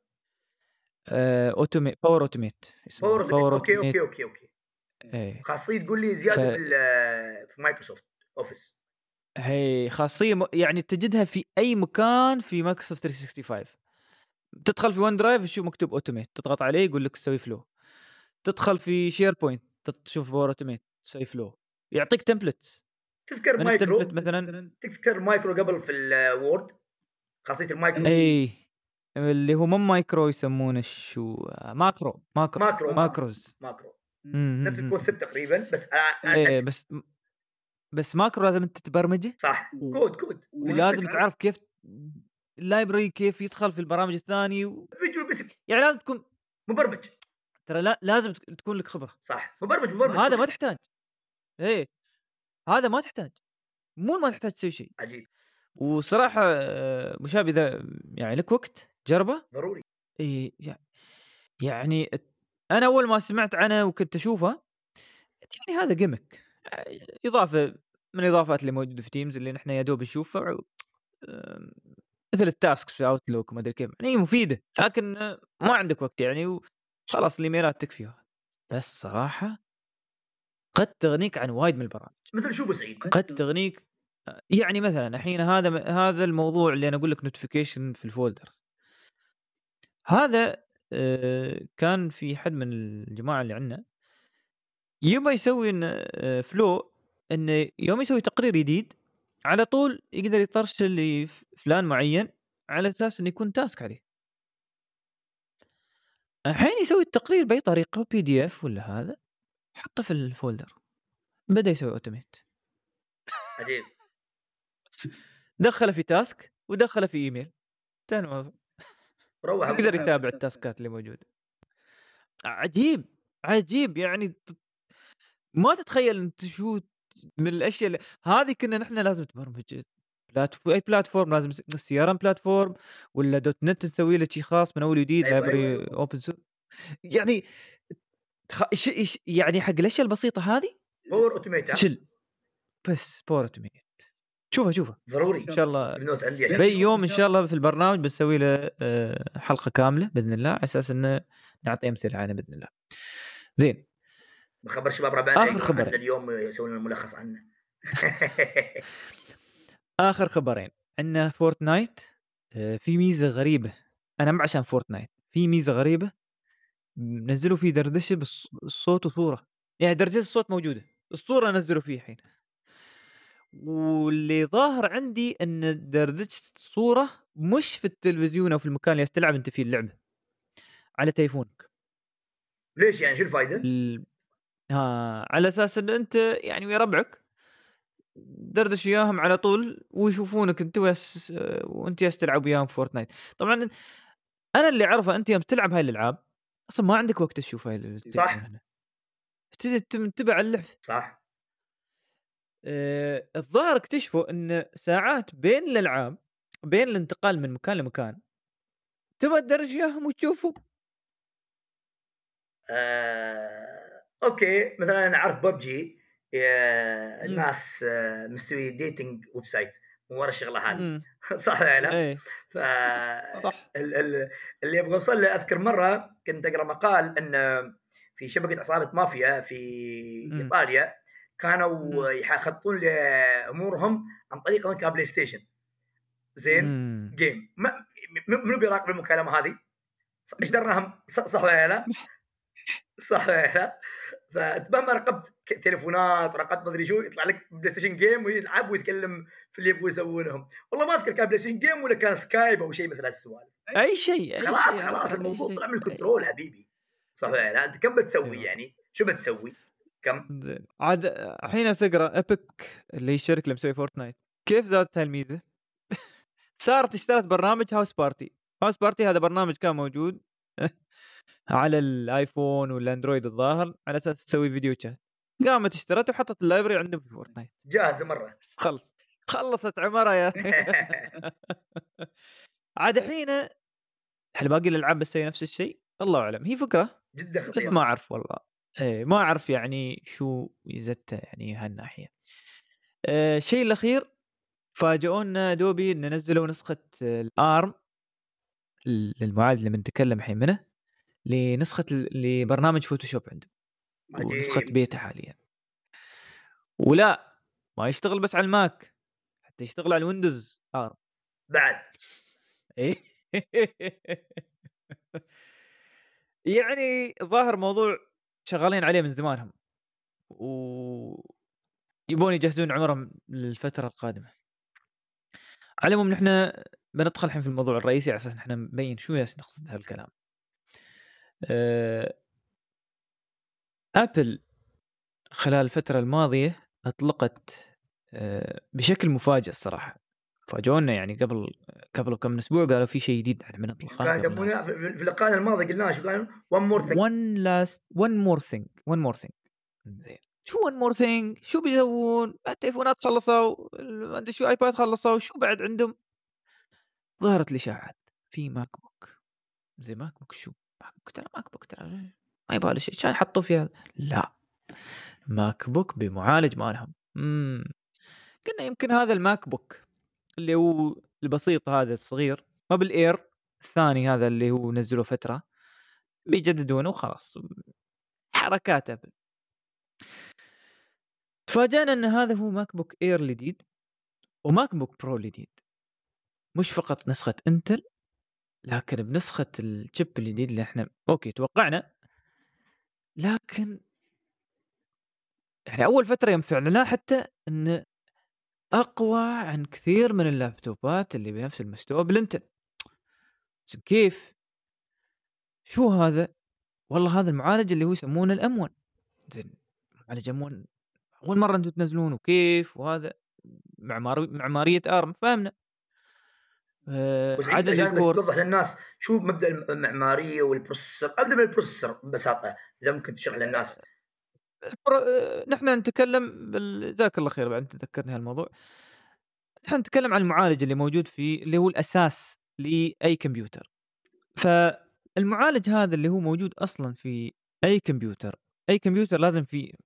باور اوتوميت باور اسمها أوتوميت. باور أوكي، اوتوميت. أوكي، أوكي، أوكي. ايه خاصية تقول لي زيادة في مايكروسوفت أوفيس. فهي خاصيه يعني تجدها في اي مكان في مايكروسوفت 365. تدخل في ون درايف تشوف مكتوب اوتوميت تضغط عليه يقول لك سوي فلو، تدخل في شير بوينت تشوف باور اوتوميت سوي فلو، يعطيك تمبلتس تذكر من التمبلت مايكرو، مثلا. تذكر مايكرو قبل في الوورد، خاصية المايكرو. اي اللي هو مو مايكرو يسمونه شو ماكرو، ماكرو، ماكروز. ماكرو. نفس امم الكونسيبت تقريبًا، بس ايه أدق. بس ماكرو لازم انت تبرمجه صح، كود، كود. ولازم تعرف كيف اللايبرري كيف يدخل في البرامج الثانية فيجوال بيسك. يعني لازم تكون مبرمج. ترى لازم تكون لك خبرة. صح، مبرمج، مبرمج كل هذا ما شيء. تحتاج. ايه هذا ما تحتاج، مو ما تحتاج تسوي شيء. عجيب. وصراحة مشاب إذا يعني لك وقت جربه. ضروري. إيه يعني أنا أول ما سمعت عنه وكنت أشوفه يعني هذا جيمك، إضافة من الإضافات اللي موجودة في تيمز اللي نحن يا دوب نشوفها آه، مثل التاسكس في اوتلوك ما ادري كيف، يعني هي مفيده لكن ما عندك وقت يعني وخلاص الايميلات تكفيها. بس صراحه قد تغنيك عن وايد من البرامج، مثل شو أبو سعيد؟ قد تغنيك. يعني مثلا الحين هذا الموضوع اللي انا اقول لك نوتيفيكيشن في الفولدر هذا كان في حد من الجماعه اللي عندنا يبغى يسوي فلو انه يوم يسوي تقرير جديد على طول يقدر يطرشل لفلان معين على اساس انه يكون تاسك عليه. الحين يسوي التقرير بأي طريقة PDF ولا هذا حطه في الفولدر بدأ يسوي اوتوميت، عجيب. دخله في تاسك ودخله في ايميل انتهى الموضوع. روّح أبو يقدر سعيد. يتابع التاسكات اللي موجودة. عجيب عجيب يعني ما تتخيل انت شو من الاشياء اللي هذه كنا نحن لازم تبرمج اي بلاتفورم لازم CRM بلاتفورم ولا دوت نت نسوي له شيء خاص من اول وجديد أيوه، أيوه، لايبرري أيوه. اوبن سورس يعني يعني حق الاشياء البسيطه هذه باور أوتوميت. ها؟ شل بس باور اوتوميت شوفه ضروري. ان شاء الله اكتب نوت عندي عشان باي يوم ان شاء الله في البرنامج بنسوي له حلقه كامله باذن الله على اساس انه نعطي امثله عنه باذن الله. زين باخبّر شباب ربعنا اخر يقروا عنه خبرين اليوم يسوون لنا ملخص عنه. اخر خبرين عندنا فورتنايت. في ميزه غريبه، انا مو عشان فورتنايت في ميزه غريبه نزلوا فيه دردشه بالصوت وصوره، يعني دردشه الصوت موجوده الصوره نزلوا فيه الحين، واللي ظاهر عندي ان دردشه الصوره مش في التلفزيون او في المكان اللي تلعب انت فيه اللعبه على تليفونك. ليش يعني شو الفايدة؟ على اساس ان انت يعني ويا ربعك دردش وياهم على طول ويشوفونك انت وانت تلعب وياهم فورتنايت. طبعا انا اللي اعرفه انت يوم تلعب هاي الالعاب اصلا ما عندك وقت تشوف هاي التليفون صح، هنا، تجي تنتبه على اللعب. صح. الظاهر اكتشفوا إن ساعات بين الألعاب، بين الانتقال من مكان لمكان، تبغى تدرج إياهم وتشوفهم. أوكي، مثلًا أنا أعرف PUBG إمم، الناس مستوي dating website من ورا الشغلة هذه إمم، صح والّا لا؟ إيه، ف صح، اللي أبغى أوصل له أذكر مرة كنت أقرا مقال إن في شبكة عصابة مافيا في إمم، إيطاليا كانوا إمم، يخططون لأمورهم عن طريق هناك PlayStation زين؟ إمم. game منو بيراقب المكالمة هذه؟ إيش دراهم صح والّا لا؟ صح والّا لا؟ فأنت مهما راقبت تليفونات، راقبت ما أدري شو، يطلع لك بلاي ستيشن جيم ويلعب ويتكلم في اللي يبغوا يسوونهم. والله ما أذكر كان بلاي ستيشن جيم والّا كان سكايب أو شيء مثل هالسوالف. أي شيء، أي خلاص، شيء خلاص أركب، أي الموضوع شيء، طلع من أي الكنترول حبيبي. صح والّا لا؟ أنت كم بتسوي أيوه. يعني؟ شو بتسوي؟ كم؟ زين، عاد الحين تقرا إيبك اللي هي الشركة اللي مسوية فورتنايت، كيف زادت هالميزة؟ صارت اشترت برنامج هاوس بارتي. هاوس بارتي هذا برنامج كان موجود على الآيفون والأندرويد الظاهر على أساس تسوي فيديو شات. قامت اشترته وحطت اللايبرري عندهم في فورتنايت. جاهزة مرة. خلصت عمرها يا أخي. عاد الحين هل باقي الألعاب بتسوي نفس الشيء؟ الله أعلم، هي فكرة جدًا بس ما خطيرة. أعرف والله. إيه ما أعرف يعني شو ميزتها يعني هالناحية. الشيء الأخير فاجئونا أدوبي إن نزلوا نسخة الARM للمعالج اللي بنتكلم الحين منه، لنسخة لبرنامج فوتوشوب عندهم، ونسخة عجيب. بيتا حاليًا. ولا ما يشتغل بس على الماك، حتى يشتغل على الويندوز ARM. بعد. إيه. يعني الظاهر موضوع شغالين عليه من زمانهم، ويبون يجهزون عمرهم للفترة القادمة. على العموم نحن بندخل الحين في الموضوع الرئيسي على أساس نحن نبين شو نقصد هالكلام. أبل خلال الفترة الماضية أطلقت بشكل مفاجئ الصراحة. فاجئونا يعني قبل كم من أسبوع قالوا في شيء جديد احنا شو بنطلقه كانوا قبل لا يسمونه في اللقاء الماضي قلناه شو كان؟ one more thing. one more thing. زين شو one more thing؟ شو بيسوون؟ التليفونات خلصوا، ما ادري شو ايباد خلصوا، شو بعد عندهم؟ ظهرت الاشاعات في ماك بوك. زي ماك بوك شو؟ ماك بوك ترى ما يبغى شيء عشان يحطوا فيها. لا، ماك بوك بمعالج مالهم. قلنا يمكن هذا الماك بوك اللي هو البسيط هذا الصغير، ما بالاير الثاني هذا اللي هو نزلوه فترة بيجددونه وخلاص. حركات أبل. تفاجأنا ان هذا هو ماك بوك اير الجديد وماك بوك برو الجديد، مش فقط نسخة انتل لكن بنسخة الشيب الجديد اللي احنا اوكي توقعنا. لكن يعني اول فترة يوم فعلناه حتى انه اقوى عن كثير من اللابتوبات اللي بنفس المستوى بالانتل. كيف؟ شو هذا؟ والله هذا المعالج اللي هو يسمونه الام 1. زين معالج ام 1 اول مره انتم تنزلونه كيف؟ وهذا معماريه ارم فهمنا. أبو سعيد عدد عشان بس الكورز. توضح للناس شو مبدأ المعمارية والبروسيسور، أبدأ بالبروسيسور ببساطة إذا ممكن تشرح للناس. نحن نتكلم جزاك الله خير بعد تذكرني هالموضوع. نحن نتكلم عن المعالج اللي موجود فيه اللي هو الاساس لاي كمبيوتر. فالمعالج هذا اللي هو موجود اصلا في اي كمبيوتر، اي كمبيوتر لازم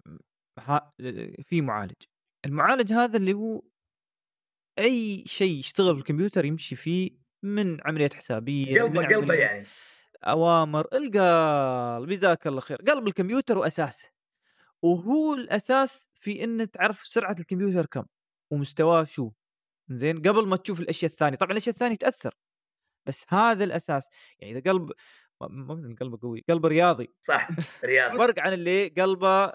في معالج. المعالج هذا اللي هو اي شيء يشتغل في الكمبيوتر يمشي فيه، من عمليات حسابيه، قلبه من قلبه عمليات يعني. اوامر. القلب جزاك الله خير، قلب الكمبيوتر واساسه، وهو الاساس في ان تعرف سرعه الكمبيوتر كم ومستواه شو. زين قبل ما تشوف الاشياء الثانيه، طبعا الاشياء الثانيه تاثر بس هذا الاساس. يعني اذا قلب مو قلبه قوي، قلب رياضي صح، رياضي. فرق عن اللي قلبه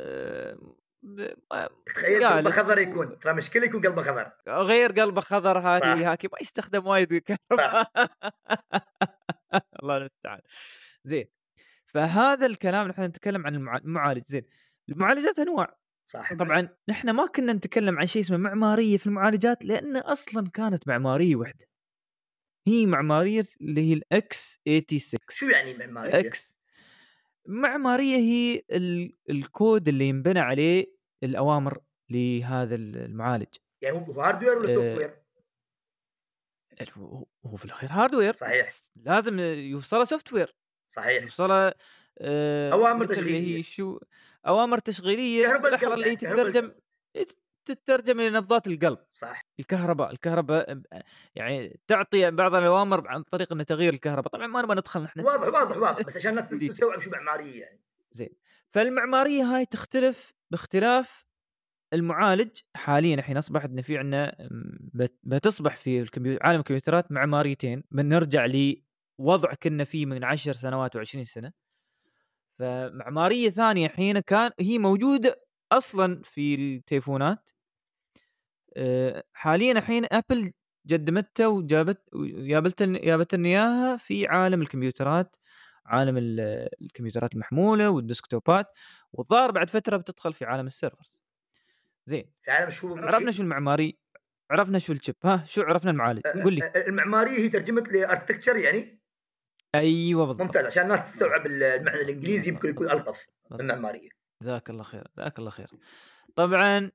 تخيل قلبه جالس خضر يكون، ترى مشكلة يكون قلبه خضر. غير قلبه خضر هاكي صح، هاكي ما يستخدم وايد صح، كهرباء. الله المستعان. زين فهذا الكلام نحن نتكلم عن المعالج. زين المعالجات انواع. صح. طبعا نحن ما كنا نتكلم عن شيء اسمه معماريه في المعالجات لان اصلا كانت معماريه واحده، هي معماريه اللي هي الاكس شو 86. يعني معمارية؟ الاكس معماريه هي الكود اللي ينبنى عليه الاوامر لهذا المعالج. يعني هو هاردوير ولا سوفت آآ وير؟ هو في الأخير هاردوير، صحيح، بس لازم يوصله سوفت وير، صحيح. يوصله أوامر مثل اللي هي تشغيلية، شو أوامر تشغيلية كهربا بالأحرى القلب اللي هي يعني، كهربا القلب. تترجم إلى نبضات القلب. صح. الكهرباء يعني تعطي بعض الأوامر عن طريق إن تغيير الكهرباء، طبعًا ما نبغى ندخل نحن واضح، واضح، واضح، بس عشان الناس في detail. تستوعب شو معمارية يعني. زين، فالمعمارية هاي تختلف باختلاف المعالج. حاليًا الحين أصبح إن في عندنا بتصبح في عالم الكمبيوترات معماريتين، بنرجع لوضع كنا فيه من 10 سنوات و20 سنة. فمعمارية ثانية حين هي موجودة أصلًا في التليفونات. حاليًا الحين أبل قدمتها جابت لنا إياها في عالم الكمبيوترات، عالم الكمبيوترات المحمولة والديسكتوبات، والظاهر بعد فترة بتدخل في عالم السيرفرز. زين، في عالم شو عرفنا شو المعماري، عرفنا شو الchip، ها شو عرفنا المعالج؟ قُل لي. المعمارية هي ترجمة لarchitecture يعني؟ أيوه ممتاز، بالضبط، عشان الناس بالضبط، تستوعب المعنى الإنجليزي يمكن يكون ألطف من بالضبط. المعمارية. جزاك الله خير، جزاك الله خير. طبعًا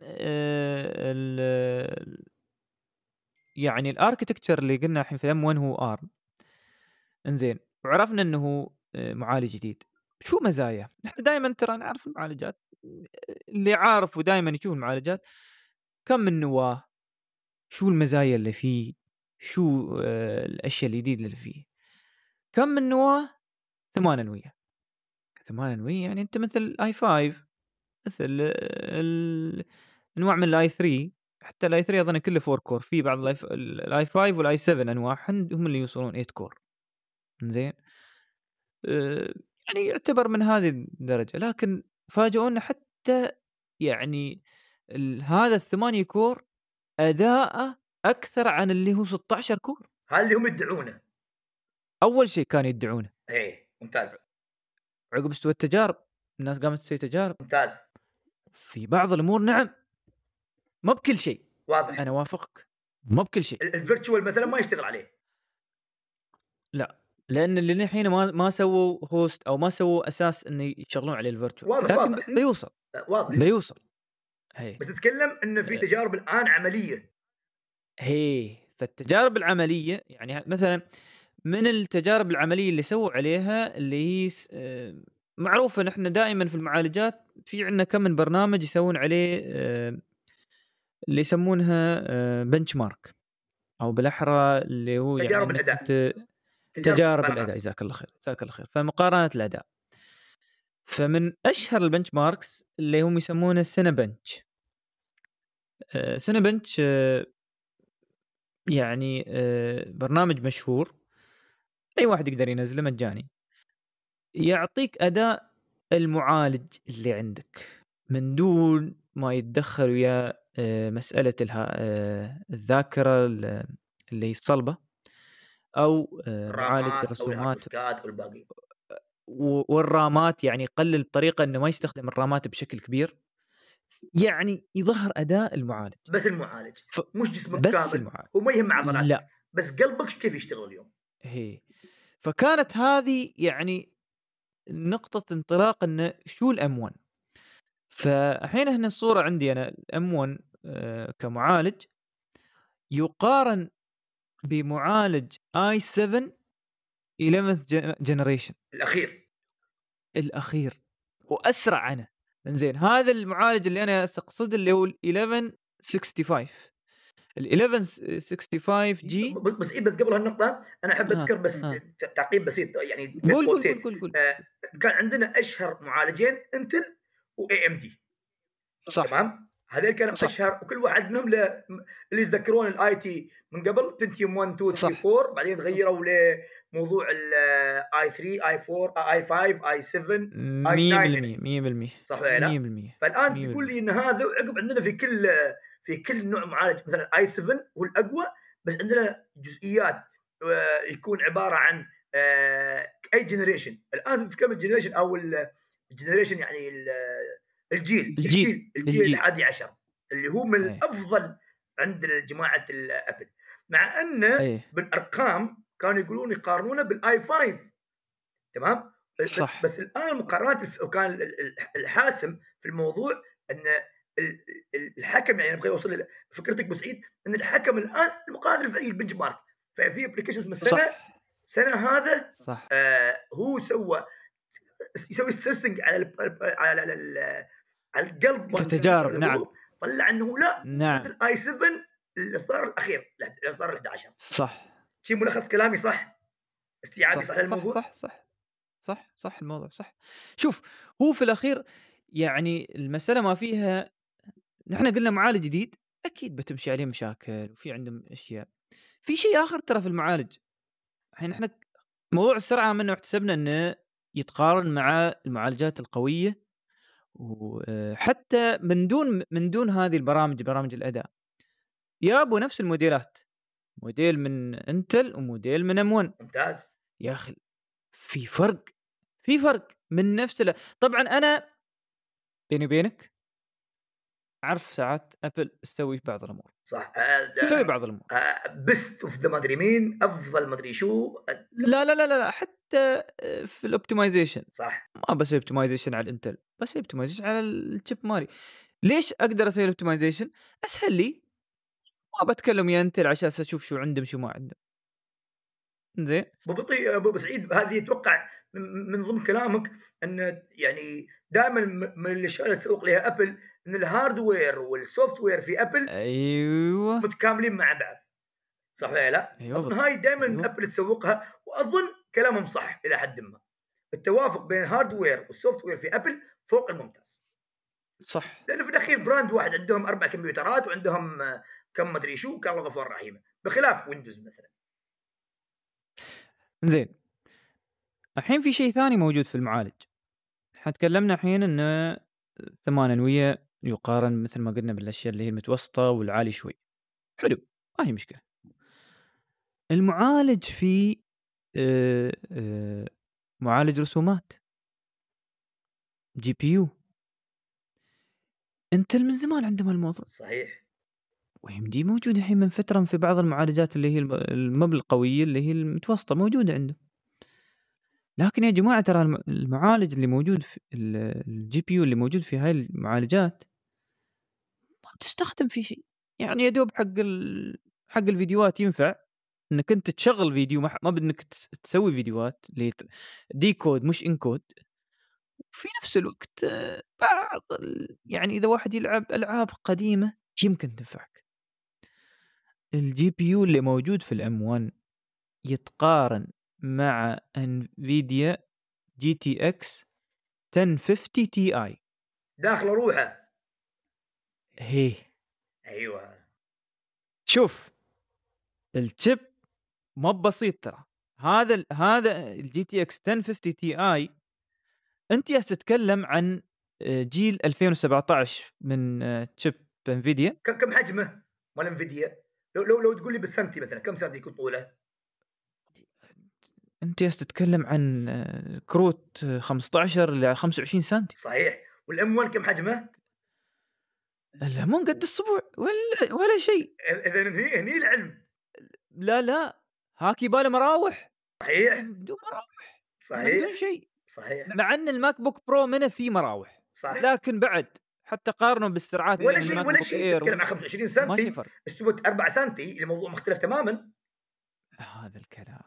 يعني الarchitecture اللي قلنا الحين في M1 هو ARM. انزين، وعرفنا انه هو معالج جديد. شو مزايا؟ نحن دائما ترى نعرف المعالجات، اللي عارف ودائما يشوف المعالجات كم من نواه، شو المزايا اللي فيه، شو الاشياء الجديده اللي فيه. كم من نواه؟ 8 نويه. 8 نويه يعني انت مثل الاي 5، مثل انواع من الاي 3. حتى الاي 3 اظن كله 4 كور، في بعض الاي 5 والاي 7 انواع هم اللي يوصلون 8 كور. زين، آآ يعني يعتبر من هذه الدرجة، لكن فاجئونا حتى يعني هذا ال8 كور أداءه أكثر عن اللي هو 16 كور. هذا اللي هم يدعونه. أول شيء كانوا يدعونه، إيه، ممتاز، عقب استوى التجارب، الناس قامت تسوي تجارب ممتاز، في بعض الأمور. نعم، مو بكل شيء، واضح. أنا أوافقك، مو بكل شيء، الvirtual مثلًا ما يشتغل عليه. لأ، لأن اللي للحين ما سووا host أو ما سووا أساس إنه يشغلون عليه الvirtual، واضح، لكن واضح، بيوصل، واضح. بيوصل. هي بس نتكلم إنه في آآ تجارب الآن عملية. فالتجارب العملية يعني مثلًا من التجارب العملية اللي سووا عليها اللي هي معروفة، نحن دائمًا في المعالجات في عندنا كم من برنامج يسوون عليه اللي يسمونها benchmark، أو بالأحرى اللي هو يعني تجارب إنك الأداء، أنت تجارب تجارب المقارنات. الأداء. جزاك الله خير، جزاك الله خير. فمقارنة الأداء، فمن أشهر الbenchmarks اللي هم يسمونه Cinebench. Cinebench يعني برنامج مشهور، أي واحد يقدر ينزله مجاني، يعطيك أداء المعالج اللي عندك من دون ما يتدخل ويا مسألة الذاكرة اللي هي الصلبة، أو معالج الرامات أو الهارد الرسومات ديسكات والباقي. والرامات، يعني يقلل بطريقة إنه ما يستخدم الرامات بشكل كبير، يعني يظهر أداء المعالج. بس المعالج، ف مش جسمك بس كامل، المعالج، وما يهم عضلاتك، لأ، بس قلبك كيف يشتغل اليوم. هي فكانت هذه يعني نقطة انطلاق إنه شو الM1. فالحين هنا الصورة عندي أنا الM1 كمعالج يقارن بمعالج i7 11th generation الأخير. الأخير، وأسرع عنه. إنزين، هذا المعالج اللي أنا أقصده اللي هو ال1165. ال1165G. بس إيه، بس قبل هالنقطة أنا أحب ها أذكر بس ها تعقيب بسيط يعني بين قُل، قُل، قوسين. قُل، قُل، قُل. كان عندنا أشهر معالجين Intel وAMD. صح، تمام؟ هذول كانوا صح، أشهر، وكل واحد منهم اللي يتذكرون الIT من قبل Pentium 1 2 صح، 3 4، بعدين غيروا لموضوع الI3 I4 I5 I7 I9. 100%، 100%، صح والّا لا؟ 100%، فالآن تقول 100%. لي إن هذا، وعقب عندنا في كل نوع معالج مثلًا i7 هو الأقوى، بس عندنا جزئيات يكون عبارة عن أي generation. الآن تتكلم الgeneration أو الgeneration يعني الجيل الجيل. الحادي عشر، اللي هو من إيه، الأفضل عند جماعة الأبل، مع أنه إيه، بالأرقام كانوا يقولون يقارنونه بالi5. تمام. صح، بس الان المقارنات، وكان الحاسم في الموضوع ان الحكم يعني ابغى اوصل فكرتك ابو سعيد ان الحكم الان المقارنه الفعليه البنش مارك، ففي ابلكيشنز من السنه صح هذا صح هو يسوي ستريسنج على القلب مال الكمبيوتر كتجارب، اللي نعم هو طلع انه لا نعم مثل اي 7 الاصدار الاخير الاصدار ال 11. صح شي ملخص كلامي صح؟ استيعابي صح صح صح للموضوع؟ صح صح صح الموضوع صح. شوف، هو في الأخير يعني المسألة ما فيها، نحن قلنا معالج جديد أكيد بتمشي عليه مشاكل وفي عندهم أشياء. في شيء آخر ترى في المعالج، الحين إحنا موضوع السرعة منه احتسبنا إنه يتقارن مع المعالجات القوية، وحتى من دون هذه البرامج، برامج الأداء يابوا نفس الموديلات، موديل من انتل وموديل من M1. ممتاز. يا أخي في فرق، في فرق من نفس طبعًا أنا بيني وبينك أعرف ساعات أبل تسوي بعض الأمور، صح تسوي بعض الأمور. بيست اوف ذا ما ادري مين افضل ما ادري شو لا، لا، لا، لا، لا، حتى في الoptimization صح. ما باسوي optimization على الانتل، باسوي optimization على الchip مالي. ليش أقدر أسوي optimization؟ أسهل لي، ما باتكلم ويا انتل عشان أشوف شو عندهم شو ما عندهم. زين. ابو سعيد هذه اتوقع من ضمن كلامك ان يعني دائما من الاشياء اللي تسوق لها ابل ان الهاردوير والسوفت وير في ابل أيوه، متكاملين مع بعض، صح ولا لا؟ أيوه اظن هاي دائما أيوه، ابل تسوقها، واظن كلامهم صح الى حد ما. التوافق بين الهاردوير والسوفت وير في ابل فوق الممتاز، صح. لانه في الاخير براند واحد عندهم 4 كمبيوترات وعندهم كم مدري شو، كان الله غفور رحيم، بخلاف ويندوز مثلا. زين، الحين في شيء ثاني موجود في المعالج. إحنا تكلمنا الحين إنه 8 أنوية يقارن مثل ما قلنا بالأشياء اللي هي المتوسطة والعالي شوي. حلو، ما هي مشكلة. المعالج فيه معالج رسومات GPU. انتل من زمان عندهم هالموضوع، صحيح. وAMD موجود الحين من فترة في بعض المعالجات اللي هي ما بالقوية، اللي هي المتوسطة موجودة عندهم. لكن يا جماعة ترى المعالج اللي موجود في الGPU اللي موجود في هاي المعالجات ما تستخدم فيه شيء، يعني يا دوب حق الفيديوهات ينفع إنك أنت تشغل فيديو، ما بدك تسوي فيديوهات اللي ديكود مش انكود. في نفس الوقت بعض يعني إذا واحد يلعب ألعاب قديمة يمكن تنفعك. الGPU اللي موجود في الM1 يتقارن مع NVIDIA GTX 1050 Ti. داخل روحه. هي ايوه. شوف، الشيب ما بسيط ترى. هذا الGTX 1050 Ti، أنت يا تتكلم عن جيل 2017 من شيب انفيديا. كم حجمه مال انفيديا؟ لو تقول لي بالسنتي مثلا كم سنتي يكون طوله؟ أنت يا تتكلم عن كروت 15 ل 25 سنتي. صحيح. والام 1 كم حجمه؟ لا مو قد الصبع ولا شيء. اذا هني العلم. لا لا، هاك يباله مراوح. صحيح. بدون مراوح، من صحيح. دون شيء. صحيح. مع ان الماك بوك برو منه فيه مراوح، صح. لكن بعد حتى قارنوا بالسرعات اللي ولا من شيء الماك ولا بوك شيء، اير تتكلم عن 25 ما في سنتي فرق. استوت 4 سنتي، الموضوع مختلف تماما. هذا الكلام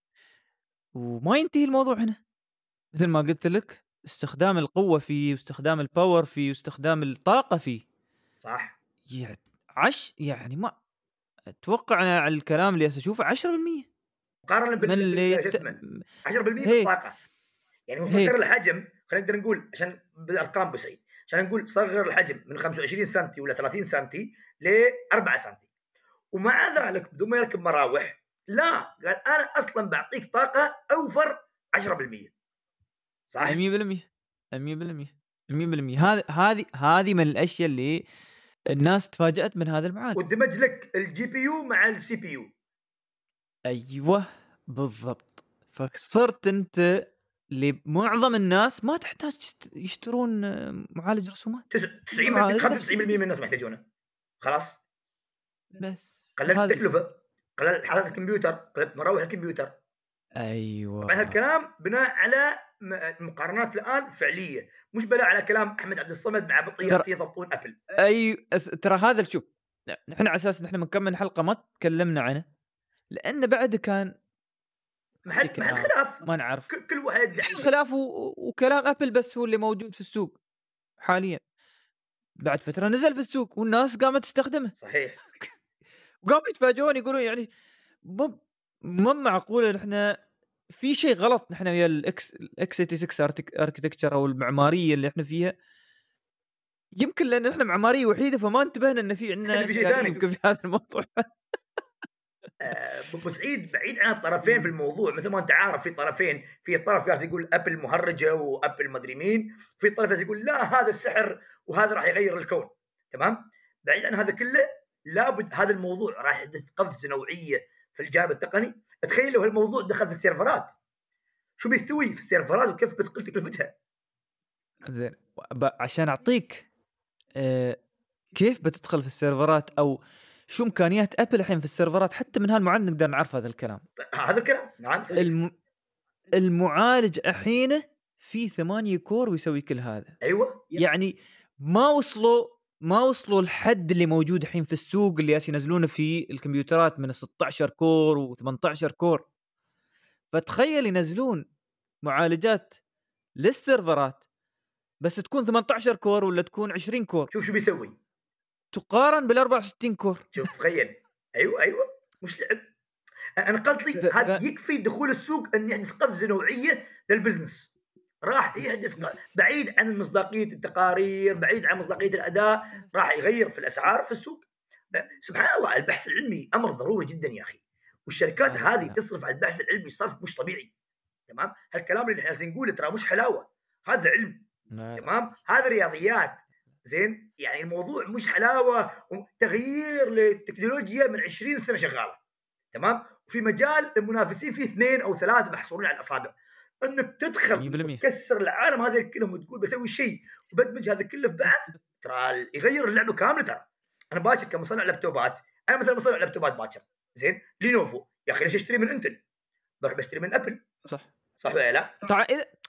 وما ينتهي الموضوع هنا. مثل ما قلت لك، استخدام القوة فيه واستخدام الباور فيه واستخدام الطاقة فيه صح. يعني يعني ما اتوقع انا على الكلام اللي اشوفه 10% مقارنه من اللي شو اسمه 10% هي بالطاقه. يعني هو هي صغر الحجم، خلينا نقدر نقول عشان بالارقام بسيط، عشان نقول صغر الحجم من 25 سنتي ولا 30 سنتي ل 4 سنتي، ومع ذلك بدون ما يركب مراوح. لا، قال انا اصلا بعطيك طاقه اوفر 10%. صح. 100%، 100%، 100%. هذه من الاشياء اللي الناس تفاجأت من هذا المعالج. ودمج لك الجي بي يو مع السي بي يو. ايوه بالضبط. فصرت انت لمعظم الناس ما تحتاج يشترون معالج رسومات. 90 معالج نفس 95% من الفيديو الناس ما يحتاجونه. خلاص. بس. قللت هذا التكلفه، قللت حراره الكمبيوتر، قللت مراوح الكمبيوتر. طبعا ايوه هالكلام بناء على المقارنات الآن فعلية، مش بناء على كلام أحمد عبد الصمد مع ترى بطيخ يضبطون أبل. ترى هذا شوف، نحن على اساس نحن بنكمل حلقه ما تكلمنا عنه، لانه بعد كان في محل كلام خلاف، ما نعرف، كل واحد يدعي. خلاف وكلام ابل بس هو اللي موجود في السوق حاليا. بعد فتره نزل في السوق والناس قامت تستخدمه، صحيح. وقاموا يتفاجئون يقولون يعني مو معقوله نحن في شيء غلط نحن ويا الاكس 86 اركتكتشر او المعماريه اللي احنا فيها. يمكن لان احنا معماريه وحيده فما انتبهنا ان في عندنا في شيء اشكاليه ثاني. يمكن في هذا الموضوع. ابو سعيد، بعيد عن الطرفين في الموضوع، مثل ما انت عارف في طرفين، في طرف جالس يقول ابل مهرجه وابل مدري مين، في طرف جالس يقول لا هذا السحر وهذا راح يغير الكون. تمام. بعيد عن هذا كله، لابد هذا الموضوع راح يحدث قفزه نوعيه في الجانب التقني. تخيل لو الموضوع دخل في السيرفرات، شو بيستوي في السيرفرات وكيف بتقل تكلفتها. زين، عشان اعطيك كيف بتدخل في السيرفرات او شو امكانيات ابل الحين في السيرفرات، حتى من هالمعالج نقدر نعرف هذا الكلام. هذا الكلام نعم صحيح. المعالج الحين في 8 كور ويسوي كل هذا. ايوه يعني ما وصلوا الحد اللي موجود الحين في السوق اللي ينزلونه في الكمبيوترات من 16 كور و18 كور. فتخيل ينزلون معالجات للسيرفرات بس تكون 18 كور ولا تكون 20 كور، شوف شو بيسوي، تقارن بال 64 كور. شوف تخيل. ايوه مش لعب. انا قصدي هذا يكفي دخول السوق ان يحدث قفزه نوعيه للبزنس. راح يحدث بعيد عن مصداقيه التقارير، بعيد عن مصداقيه الاداء، راح يغير في الاسعار في السوق. سبحان الله، البحث العلمي امر ضروري جدا يا اخي، والشركات هذه تصرف على البحث العلمي صرف مش طبيعي. تمام. هالكلام اللي احنا نقوله ترى مش حلاوه، هذا علم. تمام. هذا رياضيات. زين، يعني الموضوع مش حلاوه تغيير للتكنولوجيا من 20 سنه شغاله. تمام. وفي مجال المنافسين فيه 2 أو 3 محصورين على الاصابع. انك تدخل وتكسر العالم هذا كلهم وتقول بسوي شيء وبدمج هذا كله في بعض، ترى يغير اللعبه كامله. ترى انا باكر كمصنع لابتوبات، انا مثلا مصنع لابتوبات باكر، زين، لينوفو، يا اخي ليش اشتري من انتل؟ بروح بشتري من ابل. صح ولا لا؟ طبعا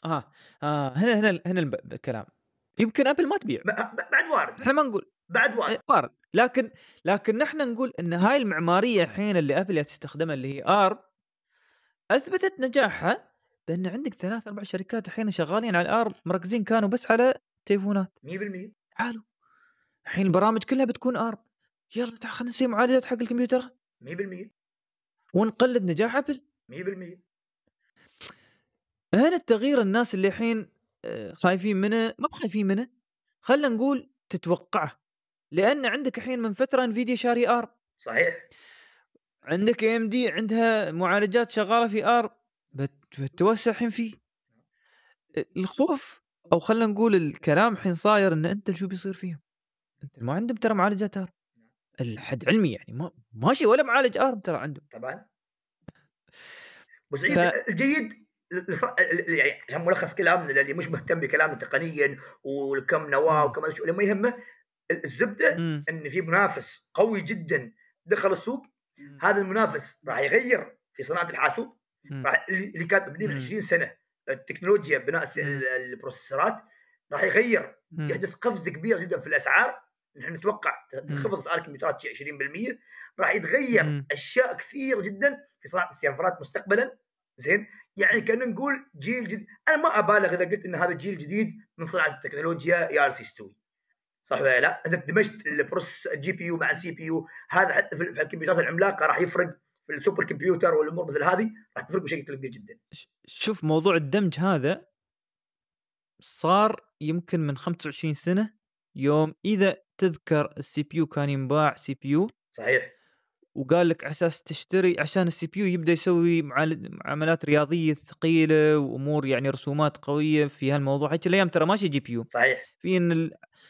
هنا الكلام. يمكن ابل ما تبيع، بعد وارد، احنا ما نقول بعد وارد، لكن نحن نقول ان هاي المعماريه الحين اللي ابل تستخدمها اللي هي ارم اثبتت نجاحها، بان عندك 3-4 شركات الحين شغالين على الارم، مركزين كانوا بس على تليفونات 100%. حلو، الحين البرامج كلها بتكون ارم. يلا تعال خلينا نسوي معالجات حق الكمبيوتر 100%، ونقلد نجاح ابل 100%. هنا التغيير الناس اللي الحين خايفين منه، ما بخايفين منه، خلينا نقول تتوقعه، لان عندك الحين من فتره انفيديا شاري ارم. صحيح. عندك ام دي عندها معالجات شغاله في ارم، بتوسع الحين فيه. الخوف او خلينا نقول الكلام الحين صاير ان انت شو بيصير فيهم، انت ما عندهم ترى معالجات ارم الحد علمي، يعني ماشي ولا معالج ارم ترى عندهم طبعا. بس الجيد يعني عشان ملخص كلامنا اللي مش مهتم بكلامنا تقنيا وكم نواه وكم اللي ما يهمه، الزبده ان في منافس قوي جدا دخل السوق. هذا المنافس راح يغير في صناعه الحاسوب، راح اللي كانت مبنيه من 20 سنه التكنولوجيا بناء البروسيسورات، راح يغير، يحدث قفزه كبيره جدا في الاسعار. نحن نتوقع تنخفض اسعار الكمبيوترات 20%، راح يتغير اشياء كثيره جدا في صناعه السيرفرات مستقبلا. زين، يعني كنا نقول جيل جديد. انا ما ابالغ اذا قلت ان هذا جيل جديد من صناعه التكنولوجيا يالس يستوي، صح ولا لا؟ انك دمجت البروس الجي بي يو مع السي بي يو، هذا حتى في الكمبيوترات العملاقه راح يفرق، في السوبر كمبيوتر والامور مثل هذه راح تفرق بشكل كبير جدا. شوف موضوع الدمج هذا صار يمكن من 25 سنه، يوم اذا تذكر السي بي يو كان ينباع سي بي يو، صحيح، وقال لك اساس تشتري عشان السي بي يو يبدا يسوي معاملات رياضيه ثقيله وامور يعني رسومات قويه في هالموضوع. هيك الايام ترى ماشي جي بي يو، صحيح، في ان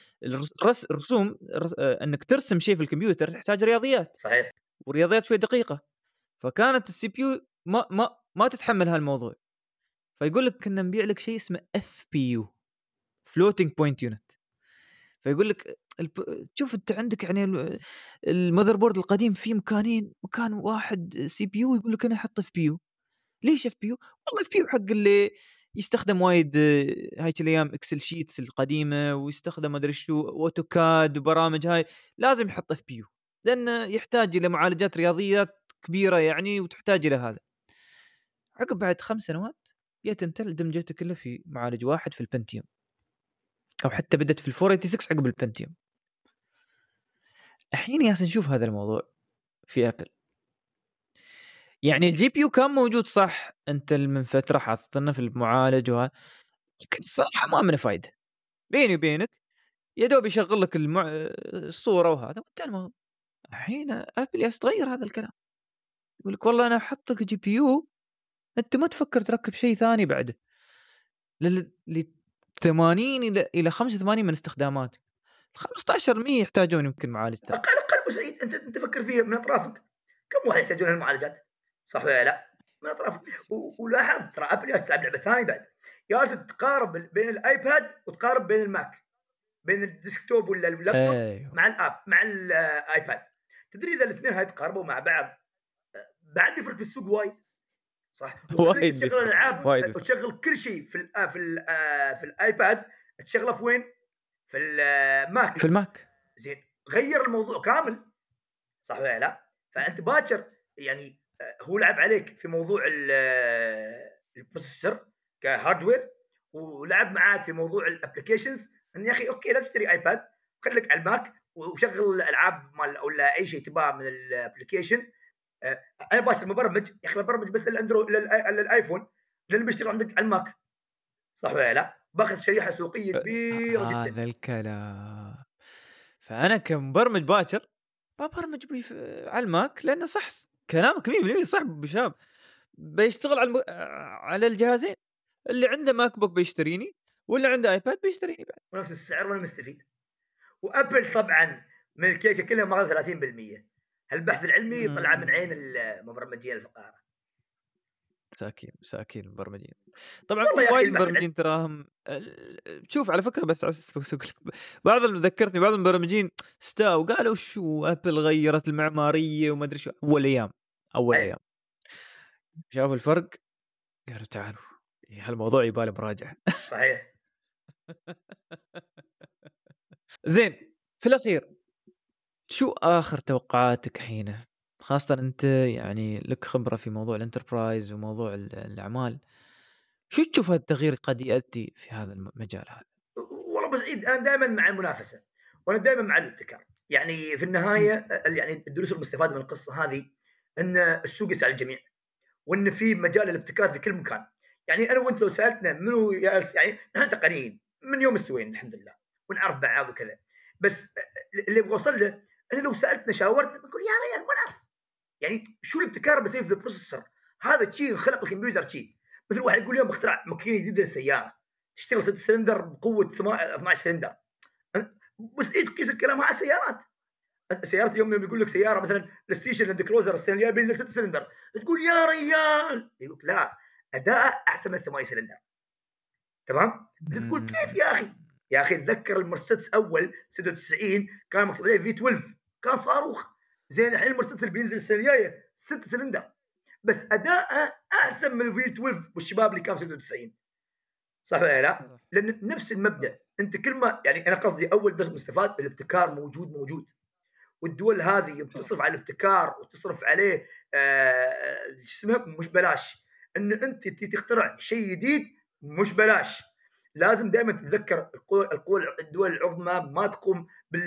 الرسوم انك ترسم شيء في الكمبيوتر تحتاج رياضيات، صحيح، ورياضيات شوي دقيقه، فكانت السي بي يو ما تتحمل هالموضوع. فيقول لك كنا نبيع لك شيء اسمه اف بي يو، فلوتنج بوينت يونت. فيقول لك شوف انت عندك يعني المذر بورد القديم فيه مكان واحد سي بي يو، يقول لك انا احط اف بي يو. ليش اف بي يو؟ والله اف بي يو حق اللي يستخدم وايد هايك الايام اكسل شيتس القديمه، ويستخدم ما ادري شو اوتوكاد وبرامج هاي، لازم يحط اف بي يو لانه يحتاج الى معالجات رياضيات كبيره يعني، وتحتاج الى هذا. عقب بعد 5 سنوات جت انتل دمجته كله في معالج واحد في البنتيوم، او حتى بدت في ال 486 عقب البنتيوم. الحين ياس نشوف هذا الموضوع في ابل. يعني الجي بي يو كان موجود صح، انت من فتره حاطط لنا في المعالج وهذا، لكن الصراحه ما منه فايده بيني وبينك، يا دوب يشغل لك الصوره وهذا وانتهى. الحين ابل ياس تغير هذا الكلام، يقول لك والله انا احط لك جي بي يو، انت ما تفكر تركب شيء ثاني بعده ل 80 الى 85 من استخدامات، 15% يحتاجون يمكن معالج ثاني. اقل ابو سعيد، انت تفكر فيها من اطرافك، كم واحد يحتاجون المعالجات؟ صح ولا لا؟ من اطرافك. ولاحظ ترى ابل جالس تلعب لعبه ثانيه بعد، جالس تقارب بين الايباد وتقارب بين الماك، بين الديسكتوب ولا اللابتوب ايوه مع الاب مع الايباد. تدري اذا الاثنين هاي تقاربوا مع بعض بعد يفرق في السوق وايد، صح؟ وتخليك وايد تشغل بيفرق، الالعاب وايد بيفرق. وتشغل كل شيء في الايباد، تشغله في وين؟ في الماك. في الماك زين، غير الموضوع كامل، صح ولا لا؟ فانت باكر يعني هو لعب عليك في موضوع البروسيسور كهاردوير، ولعب معاك في موضوع الابلكيشنز، ان يا اخي اوكي لا تشتري ايباد، خليك على الماك وشغل الالعاب مال ولا اي شيء تباه من الابلكيشن. انا باشر مبرمج يا اخي، ببرمج بس للاندرويد للايفون، لان بيشتغل عندك على الماك، صح ولا لا؟ باخذ شريحه سوقيه كبيره جدا. هذا الكلام. فانا كمبرمج باكر ببرمج على الماك، لانه صح كلامك 100% صح بشاب، بيشتغل على الجهازين. اللي عنده ماك بوك بيشتريني، واللي عنده ايباد بيشتريني بعد. ونفس السعر وانا مستفيد. وابل طبعا من الكيكه كلها ماخذ 30%. البحث العلمي طلع من عين المبرمجين الفقاره. مساكين المبرمجين. طبعا والله في يا اخي وايد البحث العلمي مبرمجين تراهم شوف على فكره، بس بعض ذكرتني بعض المبرمجين استاء وقالوا شو ابل غيرت المعماريه وما ادري شو. اول ايام شافوا الفرق، قالوا تعالوا هالموضوع يباله مراجعه. صحيح. زين، في الاخير شو اخر توقعاتك حين، خاصه انت يعني لك خبره في موضوع الانتربرايز وموضوع الاعمال، شو تشوف التغيير قد ياتي في هذا المجال هذا؟ والله ابو سعيد انا دائما مع المنافسه، وانا دائما مع الابتكار. يعني في النهايه يعني الدروس المستفاده من القصه هذه ان السوق يسعى الجميع، وان في مجال الابتكار في كل مكان. يعني انا وانت لو سالتنا منو يعني نحن تقنيين من يوم استوينا الحمد لله، ونعرف بعض وكذا. بس اللي بوصل له، انا لو سالتنا شاورتنا بنقول يا ريال ما نعرف. يعني شو الابتكار بيصير في البروسيسور؟ هذا شيء خلق الكمبيوتر شيء. مثل واحد يقول اليوم بخترع ماكينه جديده للسياره تشتغل 6 سلندر بقوه 12 سلندر. بس ايه تقيس الكلام على السيارات. السيارات اليوم يقول لك سياره مثلا الستيشن لاند كروزر السنه الجايه بينزل 6 سلندر، تقول يا ريال، يقول لا اداء احسن من 8 سلندر. تمام؟ تقول كيف يا اخي؟ يا اخي تذكر المرسيدس اول 96 كان مكتوب عليه في 12، كان صاروخ. زين الحين المرسيدس اللي بينزل السنه الجايه 6 سلندر، بس اداءه احسن من الفي 12 والشباب اللي كان 96. صح ولا لا؟ لان نفس المبدا، انت كل ما يعني انا قصدي اول درس مستفاد الابتكار موجود. والدول هذه بتصرف على الابتكار وتصرف عليه اسمه مش بلاش. ان انت تخترع شيء جديد مش بلاش. لازم دائما تتذكر الدول العظمى ما تقوم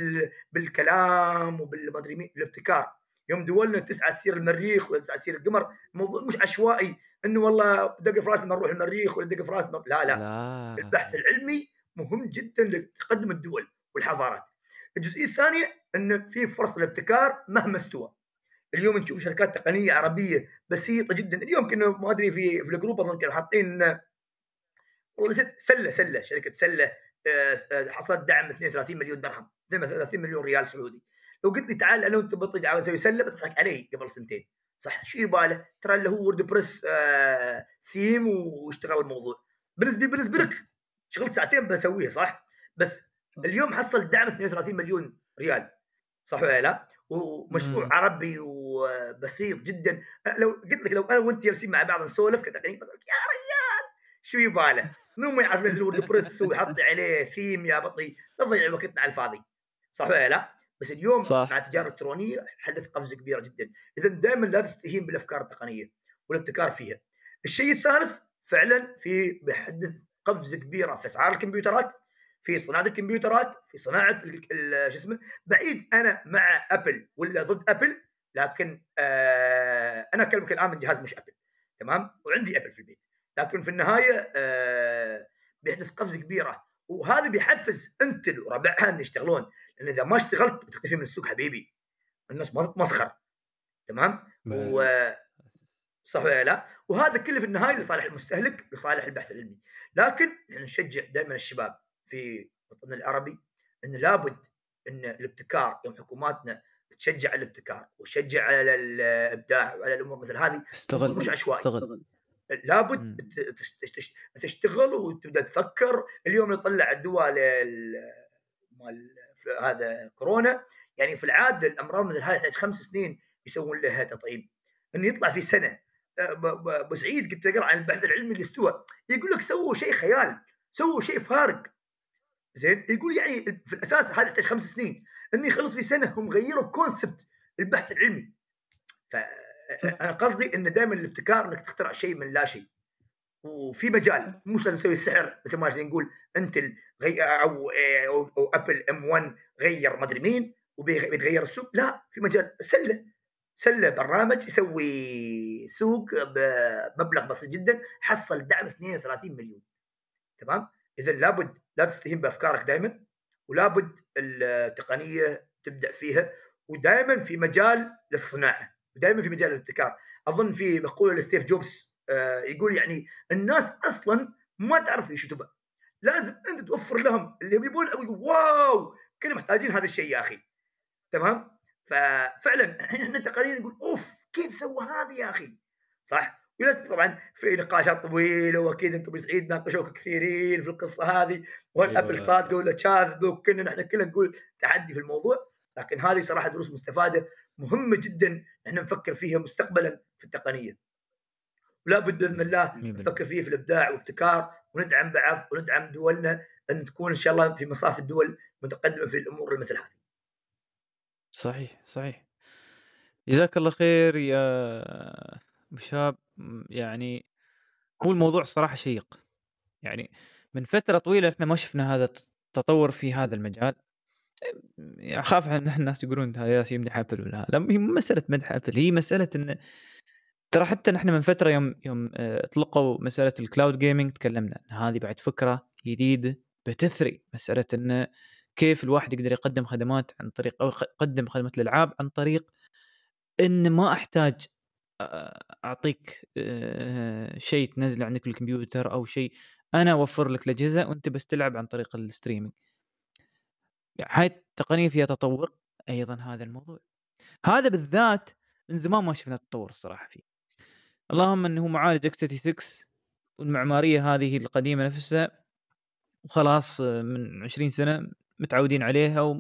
بالكلام وبالمدري مين، الابتكار. يوم دولنا تسعى تسير المريخ ولا تسعى تسير القمر، الموضوع مش عشوائي انه والله دق في راسنا نروح المريخ ولا دق في راسنا، لا. لا البحث العلمي مهم جدا لتقدم الدول والحضارات. الجزئيه الثانيه ان في فرص للابتكار مهما استوى. اليوم نشوف شركات تقنيه عربيه بسيطه جدا. اليوم كنا ما ادري في الجروب اظن كانوا حاطين والله سله شركه سله حصلت دعم 32 مليون درهم، 32 مليون ريال سعودي. لو قلت لي تعال انا وانت بطل عاوز اسوي سله بتضحك علي قبل سنتين. صح شو يباله؟ ترى اللي هو وورد بريس ثيم واشتغل الموضوع. بالنسبه لك شغلت ساعتين بسويها صح، بس اليوم حصل دعم 32 مليون ريال، صح ولا لا؟ ومشروع عربي وبسيط جدا. لو قلت لك لو انا وانت جالسين مع بعض نسولف كتقنيه يا ريال شو يباله؟ منو ما يعرف ينزل ووردبريس ويحط عليه ثيم يا بطي، لا تضيع وقتنا على الفاضي، صح ولا لا؟ بس اليوم صح. مع التجاره الالكترونيه حدث قفزه كبيره جدا، اذا دائما لا تستهين بالافكار التقنيه والابتكار فيها. الشيء الثالث فعلا بيحدث قفزه كبيره في اسعار الكمبيوترات، في صناعه الكمبيوترات، في صناعه شو اسمه. بعيد انا مع ابل ولا ضد ابل، لكن انا اكلمك الان من جهاز مش ابل، تمام، وعندي ابل في البيت، لكن في النهايه بيحدث قفزه كبيره، وهذا بيحفز انتل وربعها ان يشتغلون، لان اذا ما اشتغلت بتختفي من السوق حبيبي، الناس ما تتمسخر، تمام. صح ولا لا؟ وهذا كله في النهايه لصالح المستهلك، لصالح البحث العلمي. لكن احنا نشجع دائما الشباب في وطننا العربي ان لابد ان الابتكار، يوم حكوماتنا تشجع على الابتكار وتشجع على الابداع وعلى الامور مثل هذه، مش عشوائي، لابد تشتغل وتبدا تفكر. اليوم يطلع الدواء مال هذا كورونا، يعني في العاده الامراض مثل هذه تحتاج 5 سنين يسوون لها تطعيم، انه يطلع في سنه. ابو سعيد كنت اقرا عن البحث العلمي اللي استوى، يقول لك سووا شيء خيال، سووا شيء فارق، زين، يقول يعني في الاساس هذا يحتاج 5 سنين، انه يخلص في سنه، هم غيروا كونسبت البحث العلمي. فانا قصدي ان دائما الابتكار انك تخترع شيء من لا شيء، وفي مجال، مش لازم تسوي السحر مثل ما نقول انتل او ابل ام 1 غير ما ادري مين وبيتغير السوق، لا، في مجال سله برنامج يسوي سوق بمبلغ بسيط جدا، حصل دعم 32 مليون، تمام. اذا لابد لا تستهين بافكارك دائما، ولابد التقنيه تبدع فيها، ودائما في مجال للصناعه، ودائما في مجال الابتكار. اظن في مقوله لستيف جوبز يقول يعني الناس اصلا ما تعرف ايش تبغى، لازم انت توفر لهم اللي يبون، او يقول واو كنا محتاجين هذا الشيء يا اخي، تمام. ففعلا احنا تقارير نقول اوف كيف سوى هذا يا اخي، صح. ولازم طبعا في نقاشات طويله، واكيد انتم بسعيد ناقشوك كثيرين في القصه هذه، وهل ابل صادقه ولا كاذبه، وكنا نحن كلنا نقول تحدي في الموضوع، لكن هذه صراحه دروس مستفاده مهمه جدا احنا نفكر فيها مستقبلا في التقنيه، ولا بد باذن الله نفكر فيه في الابداع والابتكار، وندعم بعض وندعم دولنا ان تكون ان شاء الله في مصاف الدول متقدمه في الامور مثل هذه. صحيح، صحيح. جزاك الله خير يا أبو شاب. يعني هو الموضوع الصراحة شيق، يعني من فترة طويلة إحنا ما شفنا هذا التطور في هذا المجال. أخاف إن الناس يقولون هذا ياسين يمدح أبل ولا لا، هي مو مسألة مدح أبل، هي مسألة إن ترى حتى نحن من فترة يوم أطلقوا مسألة الكلاود جيمينج تكلمنا إن هذه بعد فكرة جديدة بتثري مسألة إنه كيف الواحد يقدر يقدم خدمات عن طريق، أو يقدم خدمات الألعاب عن طريق إن ما أحتاج أعطيك شيء تنزله عندك في الكمبيوتر أو شيء، أنا أوفر لك الأجهزة وأنت بس تلعب عن طريق الستريمينج. هاي التقنية فيها تطور أيضا. هذا الموضوع هذا بالذات من زمان ما شفنا التطور الصراحة فيه. اللهم أنه معالج x86 والمعمارية هذه القديمة نفسها، وخلاص من 20 سنة متعودين عليها،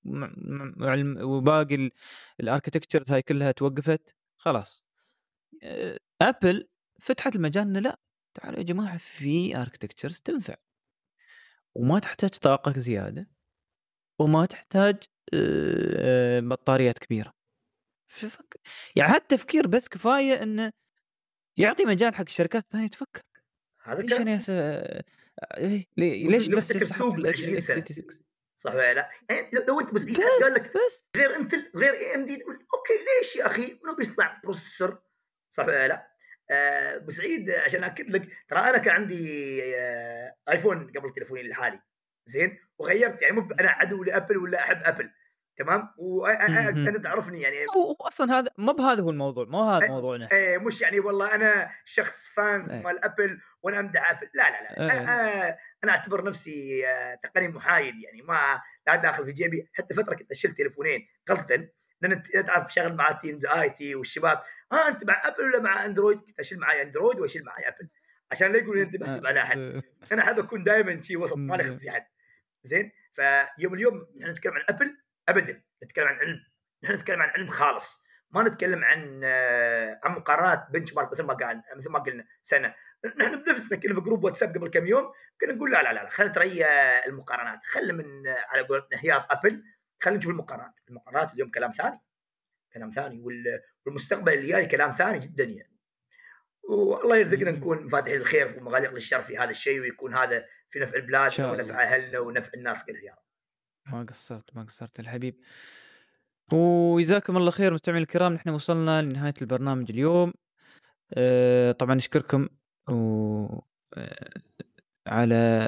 وباقي الاركتكتشرز هاي كلها توقفت خلاص. ابل فتحت المجال انه لا، تعالوا يا جماعه في اركتكتشرز تنفع وما تحتاج طاقه زياده وما تحتاج بطاريات كبيره. يعني حتى تفكير بس كفايه انه يعطي مجال حق الشركات الثانيه تفكر هذا ليش الكلام. انا ليش بس تسحب سحبت 20 سنه، x86؟ صح ولا لا؟ يعني لو انت بس حد قال لك بس غير انتل غير اي ام دي، تقول اوكي ليش يا اخي، منو بيصنع بروسيسور، صح ولا لا؟ ابو سعيد عشان اكد لك، ترى انا كان عندي ايفون قبل تليفوني الحالي، زين، وغيرت، يعني مو انا عدو لابل ولا احب ابل، تمام، وانا تعرفني يعني هو اصلا هذا ما بهذا هو الموضوع، ما هذا موضوعنا. مش يعني والله انا شخص فان مال ابل وانا امدح ابل، لا لا لا، انا اعتبر نفسي تقني محايد، يعني ما لا داخل في جيبي. حتى فتره كنت اشيل تليفونين قصدا، لان تعرف شغل مع تيمز اي تي والشباب، انت مع ابل ولا مع اندرويد؟ كنت اشيل معي اندرويد واشيل معي ابل، عشان لا يقولوا انت بحسب على احد. انا احب اكون دائما شيء وسط، ما ناخذ في حد، زين. فيوم اليوم نحن نتكلم عن ابل، ابدا نتكلم عن علم، نحن نتكلم عن علم خالص، ما نتكلم عن مقارنات بنش مارك مثل ما قلنا سنه نحن بنفسنا كنا في جروب واتساب قبل كم يوم، كنا نقول لا، لا، لا، خلينا نتريا المقارنات، خلّي من على قولتنا هياط أبل، خلّينا نشوف المقارنات، المقارنات اليوم كلام ثاني، كلام ثاني والمستقبل اللي جاي كلام ثاني جدًا يعني. والله يرزقنا إمم، نكون مفاتيح للخير ومغاليق للشر في هذا الشيء، ويكون هذا في نفع إن بلادنا شاء ونفع الله. أهلنا ونفع الناس كلها يا رب. ما قصّرت يا الحبيب. وجزاكم الله خير مستمعينا الكرام، نحن وصلنا لنهاية البرنامج اليوم. طبعًا نشكركم و آآ على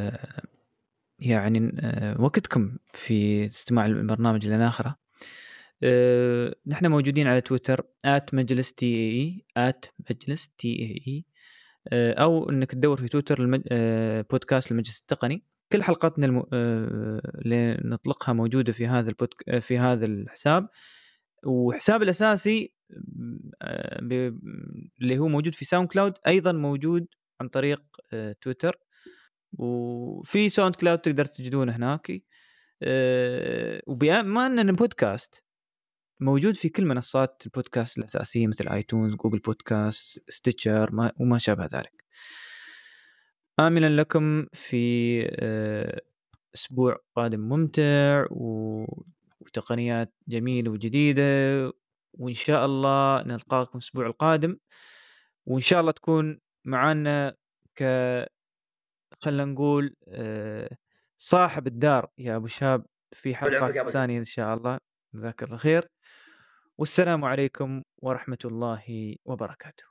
يعني وقتكم في استماع البرنامج إلى آخره. نحن موجودين على تويتر @مجلس TAE @مجلس TAE. أو إنك تدوّر في تويتر بودكاست المجلس التقني. كل حلقاتنا اللي نطلقها موجودة في هذا في هذا الحساب. وحسابي الأساسي اللي هو موجود في ساوند كلاود أيضًا موجود عن طريق تويتر. وفي ساوند كلاود تقدر تجدونه هناك. وبما أننا بودكاست موجود في كل منصات البودكاست الأساسية مثل آيتونز، جوجل بودكاست، ستيتشر وما شابه ذلك. آملا لكم في أسبوع قادم ممتع وتقنيات جميلة وجديدة. وإن شاء الله نلقاكم الأسبوع القادم. وإن شاء الله تكون معنا ك خلّينا نقول صاحب الدار يا أبو شاب في طول عمرك حلقات يا أبو سعيد. ثانية إن شاء الله. جزاك الله خير. والسلام عليكم ورحمة الله وبركاته.